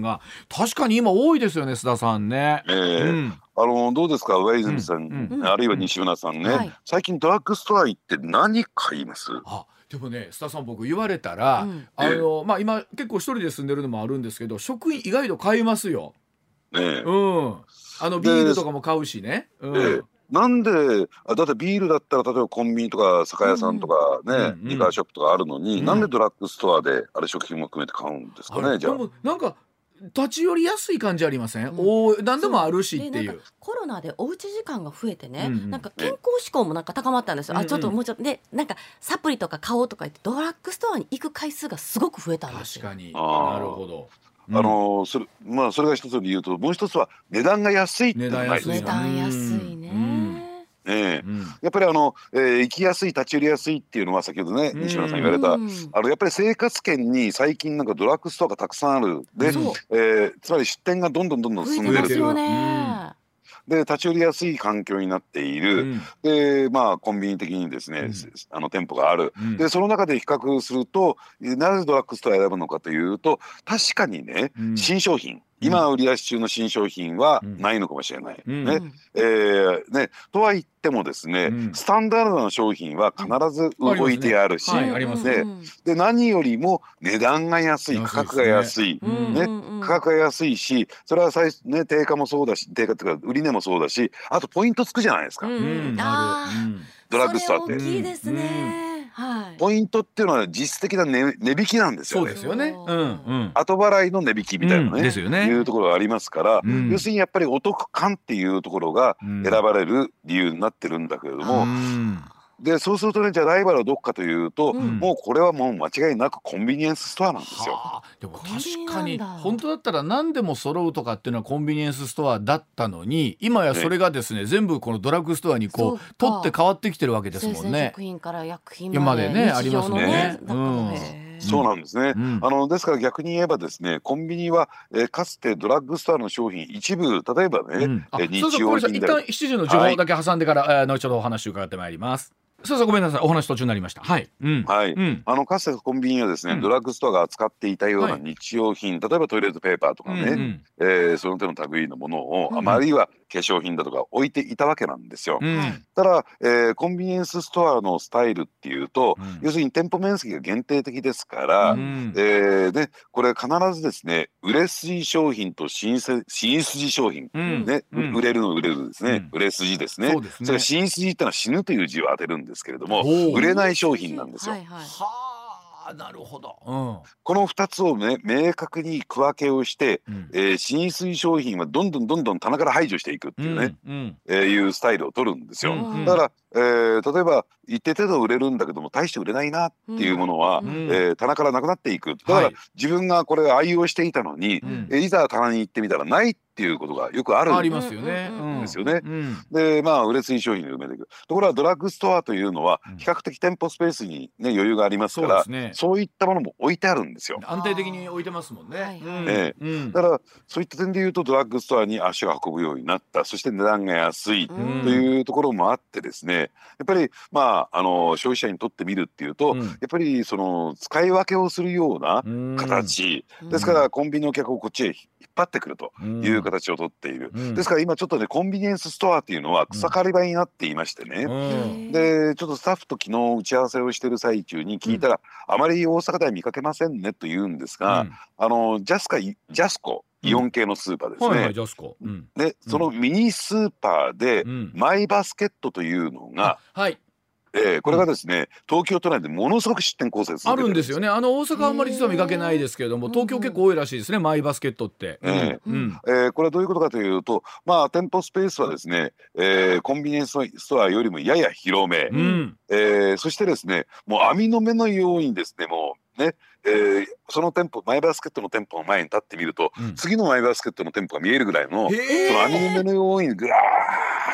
確かに今多いですよね、須田さんね。 どうですか上泉さん、あるいは西村さんね、最近ドラッグストア行って何買います？ でもね、須田さん、僕言われたら、今結構一人で住んでるのもあるんですけど、食品意外と買いますよ。ビールとかも買うしね。 なんでだってビールだったら例えばコンビニとか酒屋さんとかね、リカーショップとかあるのに、なんでドラッグストアであれ食品も含めて買うんですかね。じゃあでもなんか立ち寄りやすい感じありません？何でもあるしっていう。 コロナでおうち時間が増えてね、なんか健康志向もなんか高まったんですよ。ちょっともうちょっとでなんかサプリとか買おうとか言ってドラッグストアに行く回数がすごく増えたんですよ。 確かに。なるほど。 それが一つの理由と、もう一つは値段が安いっていうのがないですか。 値段安いね。 やっぱり行きやすい、立ち寄りやすいっていうのは先ほどね西村さん言われた、やっぱり生活圏に最近なんかドラッグストアがたくさんあるで、つまり出店がどんどん進んでるという。で立ち寄りやすい環境になっている、でコンビニ的にですね、店舗がある、でその中で比較するとなぜドラッグストアを選ぶのかというと、確かにね、新商品今売り出し中の新商品はないのかもしれない、とは言ってもですね、スタンダードな商品は必ず置いてあるし、で何よりも値段が安い、価格が安い、価格が安いし、それは定価もそうだし、定価っていうか売り値もそうだし、あとポイントつくじゃないですか、ドラッグストアって。 それ大きいですね。 ポイントっていうのは実質的な値引きなんですよね。 そうですよね。 後払いの値引きみたいなね、いうところがありますから、要するにやっぱりお得感っていうところが選ばれる理由になってるんだけれども、でそうするとね、じゃあライバルはどこかというと、もうこれはもう間違いなくコンビニエンスストアなんですよ。 でも確かに本当だったら何でも揃うとかっていうのはコンビニエンスストアだったのに、今やそれがですね、全部このドラッグストアにこう取って変わってきてるわけですもんね。 食品から薬品までね、ありますね。 そうなんですね。ですから逆に言えばですね、コンビニはかつてドラッグストアの商品一部、例えばね、日用品一旦7時の情報だけ挟んでから後ほどお話を伺ってまいります。ごめんなさい、お話途中になりました。かつてコンビニはですね、ドラッグストアが扱っていたような日用品、例えばトイレットペーパーとかね、その手の類のものを、あるいは化粧品だとか置いていたわけなんですよ。ただ、コンビニエンスストアのスタイルっていうと、要するに店舗面積が限定的ですから、でこれ必ずですね、売れ筋商品と新筋商品、売れるの売れるですね、売れ筋ですね。それ新筋ってのは死ぬという字を当てるんですけれども、売れない商品なんですよ。 なるほど。 この2つをね、明確に区分けをして、新水商品はどんどん棚から排除していくっていうね、いうスタイルを取るんですよ。だから、例えば一定程度売れるんだけども大して売れないなっていうものは、棚からなくなっていく。だから自分がこれ愛用していたのに、いざ棚に行ってみたらないっていうことがよくあるんですよね。で売れ筋商品で埋めていく。ところがドラッグストアというのは比較的店舗スペースにね余裕がありますから、そういったものも置いてあるんですよ。 安定的に置いてますもんね。 だからそういった点でいうとドラッグストアに足を運ぶようになった。そして値段が安いというところもあってですね、やっぱり消費者にとってみるっていうと、やっぱりその使い分けをするような形ですから、コンビニの客をこっちへ引っ張ってくるという形をとっている。ですから今ちょっとね、コンビニエンスストアっていうのは草刈り場になっていましてね、でちょっとスタッフと昨日打ち合わせをしている最中に聞いたら、あまり大阪では見かけませんねと言うんですが、ジャスコイオン系のスーパーですね。でそのミニスーパーでマイバスケットというのが、これがですね、東京都内でものすごく出店構成あるんですよね。大阪あんまり実は見かけないですけれども、東京結構多いらしいですね、マイバスケットって。これはどういうことかというと、店舗スペースはですね、コンビニエンスストアよりもやや広め、そしてですね、もう網の目のようにですね、もうね、その店舗、マイバスケットの店舗の前に立ってみると、次のマイバスケットの店舗が見えるぐらいの、その網の目のようにぐらーっ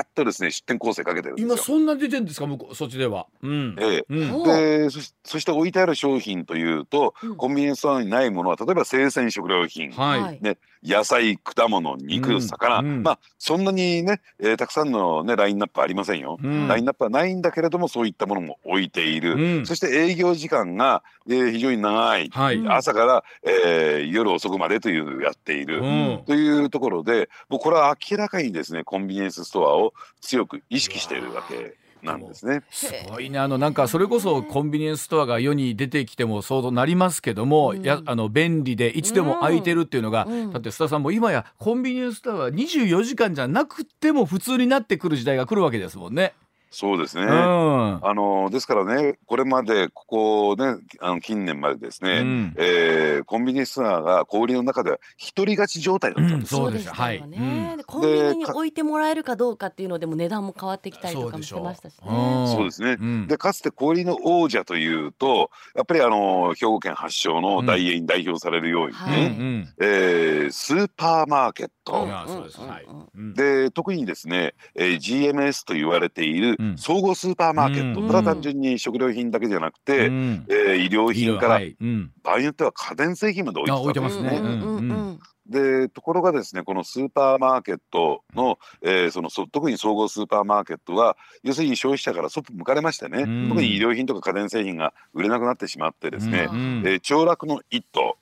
とですね出店構成かけてるんですよ。 今そんな出てるんですか、向こうそっちでは。 でそして置いてある商品というと、コンビニエンスストアにないものは例えば生鮮食料品、ね、野菜果物肉、魚、まあそんなにね、たくさんのねラインナップありませんよ。ラインナップはないんだけれどもそういったものも置いている。そして営業時間が、非常に長い、朝から、夜遅くまでというやっている、というところでもうこれは明らかにですねコンビニエンスストアを強く意識しているわけなんですね。 すごいね。なんかそれこそコンビニエンスストアが世に出てきてもそうなりますけども、便利でいつでも空いてるっていうのが、だって須田さんも今やコンビニエンスストアは24時間じゃなくても普通になってくる時代が来るわけですもんね。 そうですね。ですからねこれまでここね近年までですね、コンビニエンスストアが小売りの中では一人勝ち状態だったんです。 そうでしたよね。コンビニに置いてもらえるかどうかっていうのでも値段も変わってきたりとかもしてましたしね。 そうですね。でかつて小売りの王者というとやっぱり兵庫県発祥のダイエーに代表されるようにね、スーパーマーケットで特にですね、GMS と言われている総合スーパーマーケット、これは単純に食料品だけじゃなくて、衣料品から、場合によっては家電製品まで置いてますね。でところがですねこのスーパーマーケットの、特に総合スーパーマーケットは要するに消費者からそっぽ向かれましてね、特に衣料品とか家電製品が売れなくなってしまってですね、凋落の一途、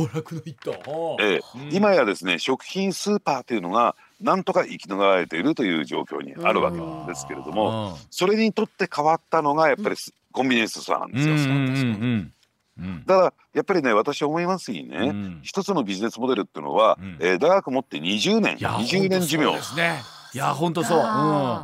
今やですね食品スーパーというのがなんとか生き逃れているという状況にあるわけなんですけれども、それにとって変わったのがやっぱりコンビニエンスストアなんですよ。だからやっぱりね私思いますにね、一つのビジネスモデルっていうのは、長くもって20年寿命ですね。 いや本当そう。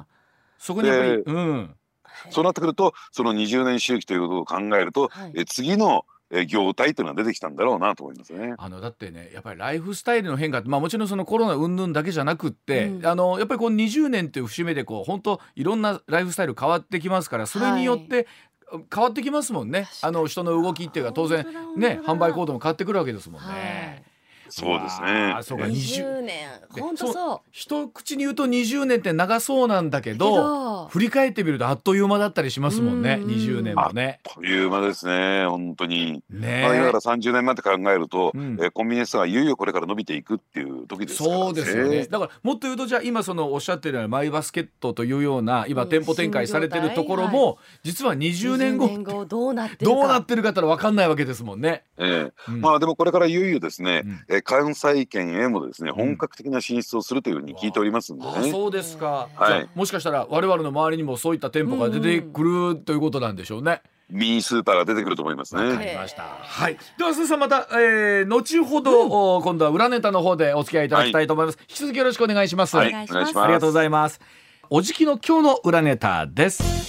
そこにやっぱり、 そうなってくるとその20年周期ということを考えると、次の業態というのが出てきたんだろうなと思いますね。 だってねやっぱりライフスタイルの変化って、もちろんそのコロナ云々だけじゃなくって、やっぱりこの20年っていう節目で本当いろんなライフスタイル変わってきますから、それによって変わってきますもんね。人の動きっていうか当然ね販売行動も変わってくるわけですもんね。 そうですね。 そうか20年本当そう。 一口に言うと20年って長そうなんだけど振り返ってみるとあっという間だったりしますもんね。20年もね。 あっという間ですね本当に。今から30年前って考えると、コンビニエンスがいよいよこれから伸びていくっていう時ですからね。 そうですよね。だからもっと言うとじゃあ今おっしゃってるようなマイバスケットというような今店舗展開されてるところも、実は20年後どうなってるかって分かんないわけですもんね。 でもこれからいよいよですね、関西圏へもですね本格的な進出をするというふうに聞いておりますんでね。 そうですか。じゃあもしかしたら我々の周りにもそういった店舗が出てくるということなんでしょうね。 ミニスーパーが出てくると思いますね。 わかりました。はい。では須田さんまた、後ほど、今度は裏ネタの方でお付き合いいただきたいと思います。引き続きよろしくお願いします。 お願いします。 ありがとうございます。おじきの今日の裏ネタです。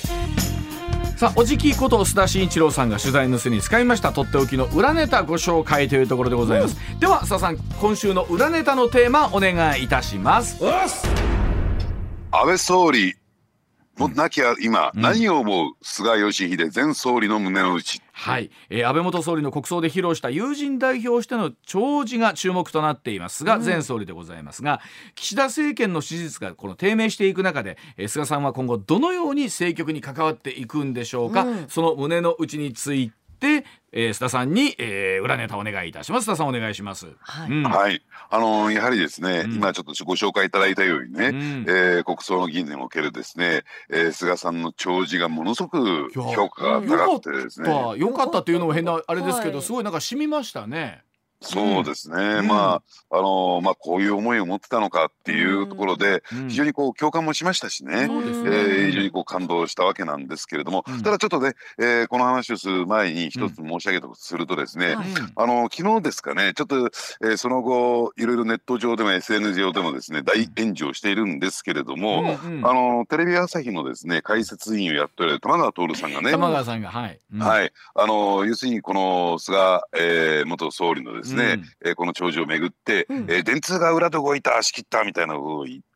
さあおじきこと須田慎一郎さんが取材の末に使いましたとっておきの裏ネタご紹介というところでございます。では須田さん今週の裏ネタのテーマお願いいたします。 安倍総理もなきゃ今、何を思う菅義偉前総理の胸の内。 はい、安倍元総理の国葬で披露した友人代表としての弔辞が注目となっています菅前総理でございますが、岸田政権の支持率が低迷していく中で、菅さんは今後どのように政局に関わっていくんでしょうか。その胸の内について須田さんに、裏ネタお願いいたします。須田さんお願いします。 やはりですね、今ちょっとご紹介いただいたようにね、国葬の議員におけるですね、菅さんの弔辞がものすごく評価が高くてですね、 よかったっていうのも変なあれですけど、すごいなんか染みましたね。 そうですね、こういう思いを持ってたのかっていうところで非常に共感もしましたしね、非常に感動したわけなんですけれども、ただちょっとね、この話をする前に一つ申し上げたとするとですね、昨日ですかねちょっと、その後いろいろネット上でも SNS 上でもですね大炎上しているんですけれども、テレビ朝日のですね解説委員をやっておられる玉川徹さんがね、要するにこの菅、元総理のですねこの弔辞をめぐって、電通が裏で動いた仕切ったみたいなことを言っ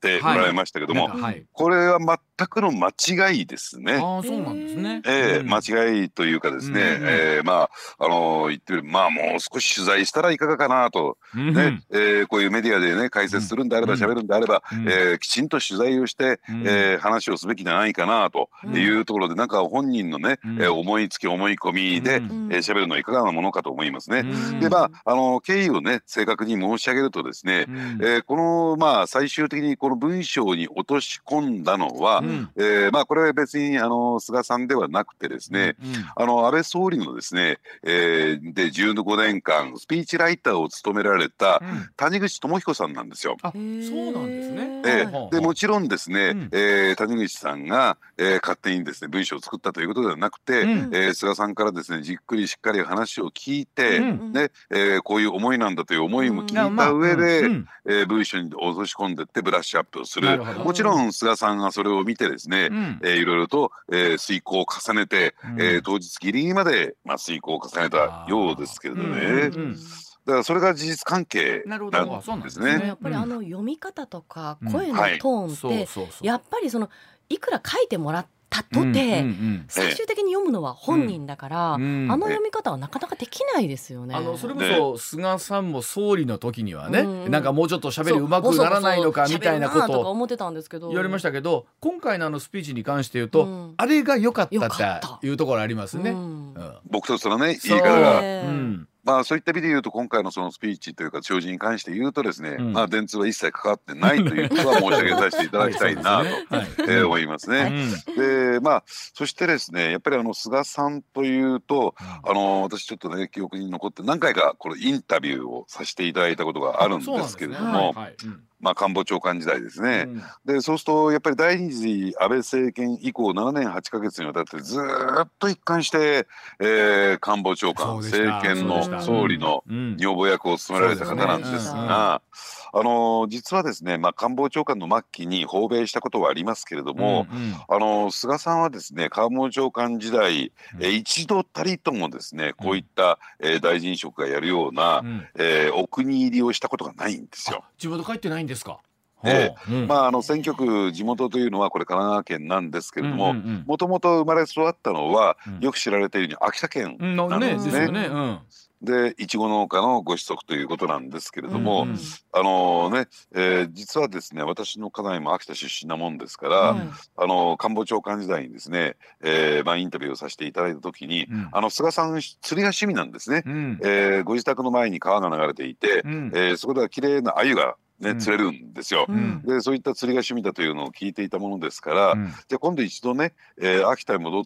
っておられましたけども、これは全くの間違いですね。 そうなんですね。 間違いというかですね、言ってみるもう少し取材したらいかがかなと、こういうメディアでね解説するんであれば喋るんであれば、きちんと取材をして、話をすべきじゃないかなというところで、なんか本人のね、思いつき思い込みで喋るのはいかがなものかと思いますね。で経緯をね正確に申し上げるとですね、この最終的にこの文章に落とし込んだのは、これは別に菅さんではなくてですね、安倍総理のですね、で15年間スピーチライターを務められた谷口智彦さんなんですよ。 そうなんですね。 でもちろんですね、谷口さんが、勝手にですね文章を作ったということではなくて、菅さんからですねじっくりしっかり話を聞いて、こういう思いなんだという思いも聞いた上で、文章に落とし込んでってブラッシュアップをする。もちろん菅さんがそれを見てですね、いろいろと、遂行を重ねて、当日ギリギリまで、遂行を重ねたようですけれどね。だからそれが事実関係なんですね。 やっぱり読み方とか声のトーンってやっぱりいくら書いてもらったとて最終的に読むのは本人だから、読み方はなかなかできないですよね。 それこそ菅さんも総理の時にはね、なんかもうちょっと喋りうまくならないのかみたいなことを思ってたんですけど言われましたけど、今回のスピーチに関して言うと、あれが良かったっていうところありますね。 僕とそのね言い方が。そういった意味で言うと今回のそのスピーチというか弔辞に関して言うとですね、電通は一切関わってないということは申し上げさせていただきたいなと思いますね。でそしてですねやっぱり菅さんというと私ちょっとね記憶に残って何回かこれインタビューをさせていただいたことがあるんですけれども、官房長官時代ですね。でそうするとやっぱり第二次安倍政権以降7年8ヶ月にわたってずっと一貫して、官房長官政権の総理の女房役を務められた方なんですが、実はですね、官房長官の末期に訪米したことはありますけれども、菅さんはですね官房長官時代、一度たりともですねこういった、大臣職がやるような、お国入りをしたことがないんですよ。 地元帰ってないんですか。 選挙区地元というのはこれ神奈川県なんですけれども、もともと生まれ育ったのはよく知られているように秋田県なんですね。でいちご農家のご子息ということなんですけれども、実はですね私の家内も秋田出身なもんですから、官房長官時代にですね、インタビューをさせていただいた時に、菅さん釣りが趣味なんですね。ご自宅の前に川が流れていて、そこでは綺麗な鮎が釣れるんですよ。でそういった釣りが趣味だというのを聞いていたものですから、じゃあ今度一度ね、秋田に戻って、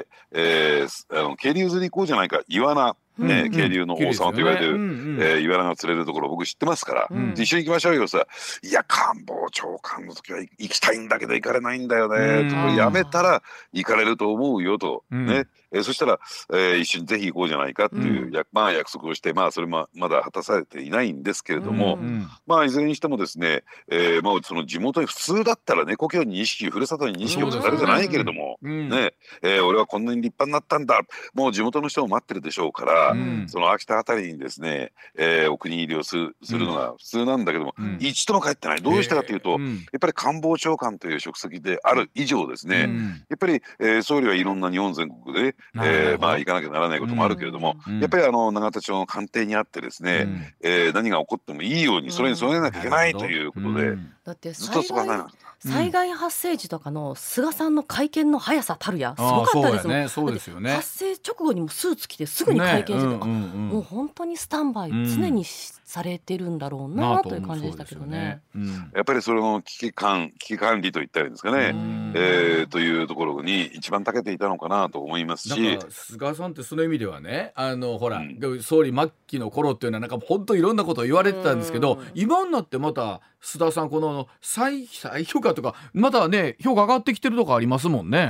渓流釣り行こうじゃないか。イワナ渓流の王様と言われてるイワナが釣れるところ僕知ってますから、一緒に行きましょうよ。さいや官房長官の時は行きたいんだけど行かれないんだよねと、やめたら行かれると思うよとね。そしたら、一緒にぜひ行こうじゃないかっていう約束をして、それもまだ果たされていないんですけれども、いずれにしてもですね、その地元に普通だったらね故郷に錦ふるさとに錦を飾るじゃないけれども、俺はこんなに立派になったんだ、もう地元の人も待ってるでしょうから、その秋田あたりにですね、お国入りをするのが普通なんだけども、一度も帰ってない。どうしてかというと、やっぱり官房長官という職責である以上ですね、やっぱり、総理はいろんな日本全国で行かなきゃならないこともあるけれども、やっぱり永田町の官邸にあってですね、何が起こってもいいようにそれに備えなきゃいけないということで、 だってずっとそこは災害発生時とかの菅さんの会見の速さたるやすごかったですもん。 そうですよね。 発生直後にもスーツ着てすぐに会見してて、もう本当にスタンバイ常にされてるんだろうなという感じでしたけどね。 やっぱりそれの危機管理といったらいいんですかね、というところに一番長けていたのかなと思いますし、 菅さんってその意味ではね、ほら、総理末期の頃っていうのはなんか本当いろんなことを言われてたんですけど、今になってまた須田さんこの再評価とかまたね評価上がってきてるとかありますもんね。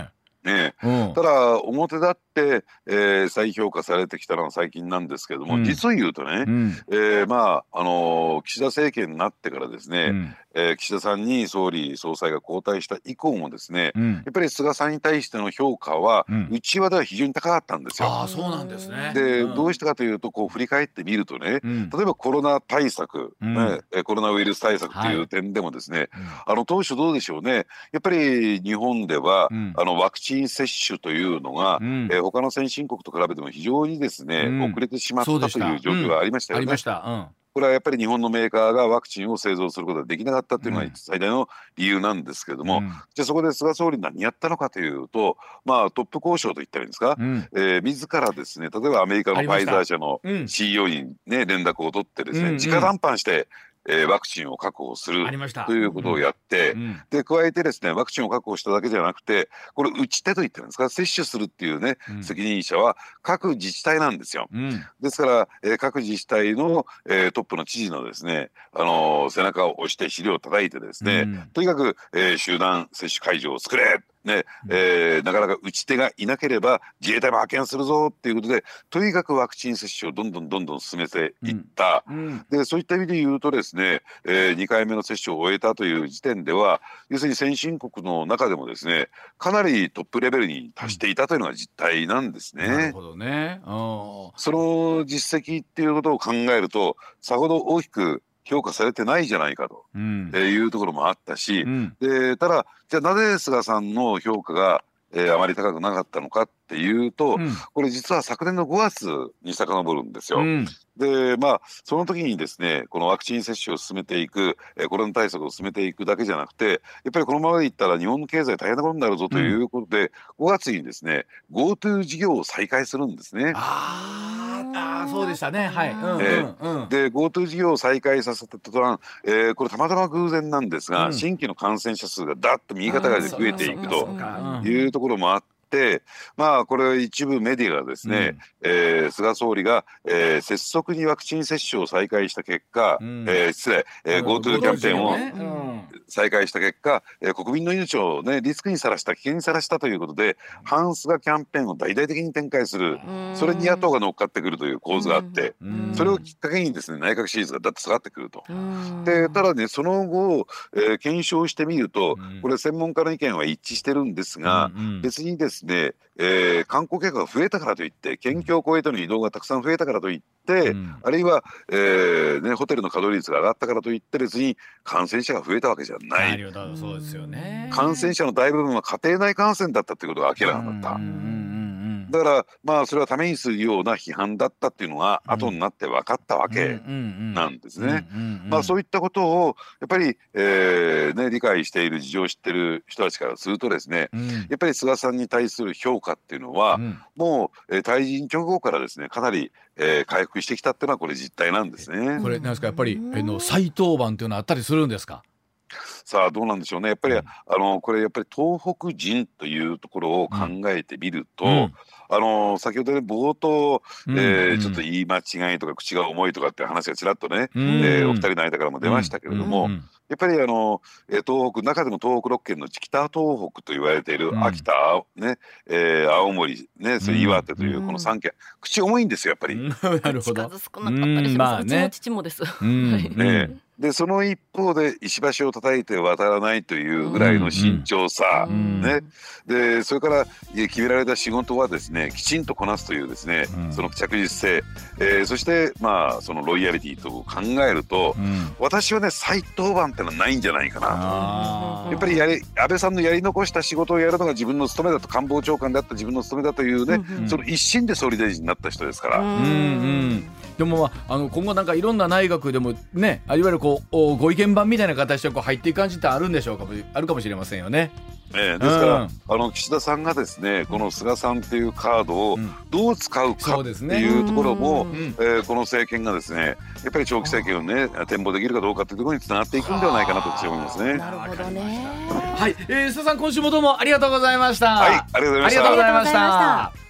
ただ表立って、再評価されてきたのは最近なんですけれども、実を言うとね、岸田政権になってからですね、岸田さんに総理総裁が交代した以降もですね、やっぱり菅さんに対しての評価は内輪では非常に高かったんですよ。 あ、そうなんですね。 で、どうしてかというと、こう振り返ってみるとね、例えばコロナ対策、コロナウイルス対策という点でもですね、当初どうでしょうね、やっぱり日本では、ワクチン接種というのが、他の先進国と比べても非常にですね、遅れてしまったという状況がありましたよね。これはやっぱり日本のメーカーがワクチンを製造することができなかったというのが最大の理由なんですけれども、じゃあそこで菅総理何やったのかというと、トップ交渉といったらいいんですか、自らですね、例えばアメリカのファイザー社の CEO に、連絡を取ってですね、直談判してワクチンを確保するということをやって、で加えてですね、ワクチンを確保しただけじゃなくて、これ打ち手といってるんですか、接種するっていうね、責任者は各自治体なんですよ。ですから、各自治体の、トップの知事のですね、背中を押して尻を叩いてですね、とにかく、集団接種会場を作れね、なかなか打ち手がいなければ自衛隊も派遣するぞっていうことで、とにかくワクチン接種をどんどん進めていった、でそういった意味で言うとですね、2回目の接種を終えたという時点では、要するに先進国の中でもですね、かなりトップレベルに達していたというのが実態なんですね。 なるほどね。 その実績っていうことを考えると、さほど大きく評価されてないじゃないかというところもあったし、でただじゃあなぜ菅さんの評価が、あまり高くなかったのかっていうと、これ実は昨年の5月に遡るんですよ。でその時にですね、このワクチン接種を進めていく、コロナ対策を進めていくだけじゃなくて、やっぱりこのままでいったら日本の経済大変なことになるぞということで、5月にですね GoTo 事業を再開するんですね。 そうでしたね。はい。 で GoTo 事業を再開させた途端、これたまたま偶然なんですが、新規の感染者数がだっと右肩上がりで増えていくというところもあって、これ一部メディアがですね、菅総理が、拙速にワクチン接種を再開した結果、GoTo キャンペーンを再開した結果、国民の命を、リスクにさらした、危険にさらしたということで、反菅キャンペーンを大々的に展開する、それに野党が乗っかってくるという構図があって、それをきっかけにですね、内閣支持率がだっと下がってくると。でただね、その後、検証してみると、これ専門家の意見は一致してるんですが、別にですね、観光客が増えたからといって、県境を越えての移動がたくさん増えたからといって、あるいは、ホテルの稼働率が上がったからといって別に感染者が増えたわけじゃない。 そうですよね。 感染者の大部分は家庭内感染だったということが明らかになった。だからそれはためにするような批判だったっていうのが後になって分かったわけなんですね。そういったことをやっぱり、理解している、事情を知っている人たちからするとですね、やっぱり菅さんに対する評価っていうのは、もう、退陣直後からですね、かなり、回復してきたっていうのはこれ実態なんですね。 これなんですか、やっぱり再登板っていうのはあったりするんですか。 さあどうなんでしょうね。やっぱり、これやっぱり東北人というところを考えてみると、先ほどね冒頭、ちょっと言い間違いとか口が重いとかって話がちらっとね、お二人の間からも出ましたけれども、やっぱり東北、中でも東北6県の北東北と言われている秋田、青森ね、それ岩手というこの3県、口重いんですよやっぱり。 なるほど。数少なかったりします。うちの父もです。 でその一方で石橋を叩いて渡らないというぐらいの慎重さ、でそれから決められた仕事はですねきちんとこなすというですね、その着実性、そしてそのロイヤリティと考えると、私はね再登板ってのはないんじゃないかなと。やっぱり安倍さんのやり残した仕事をやるのが自分の務めだと、官房長官であった自分の務めだというね、その一心で総理大臣になった人ですから。 でも今後なんかいろんな内閣でもね、いわゆるこうご意見番みたいな形でこう入っていく感じってあるんでしょうか。あるかもしれませんよね。 ですから岸田さんがですねこの菅さんっていうカードをどう使うかっていうところも、この政権がですねやっぱり長期政権をね展望できるかどうかっていうところにつながっていくんではないかなと私は思いますね。 なるほどね。 はい、須田さん今週もどうもありがとうございました。 はい、ありがとうございました。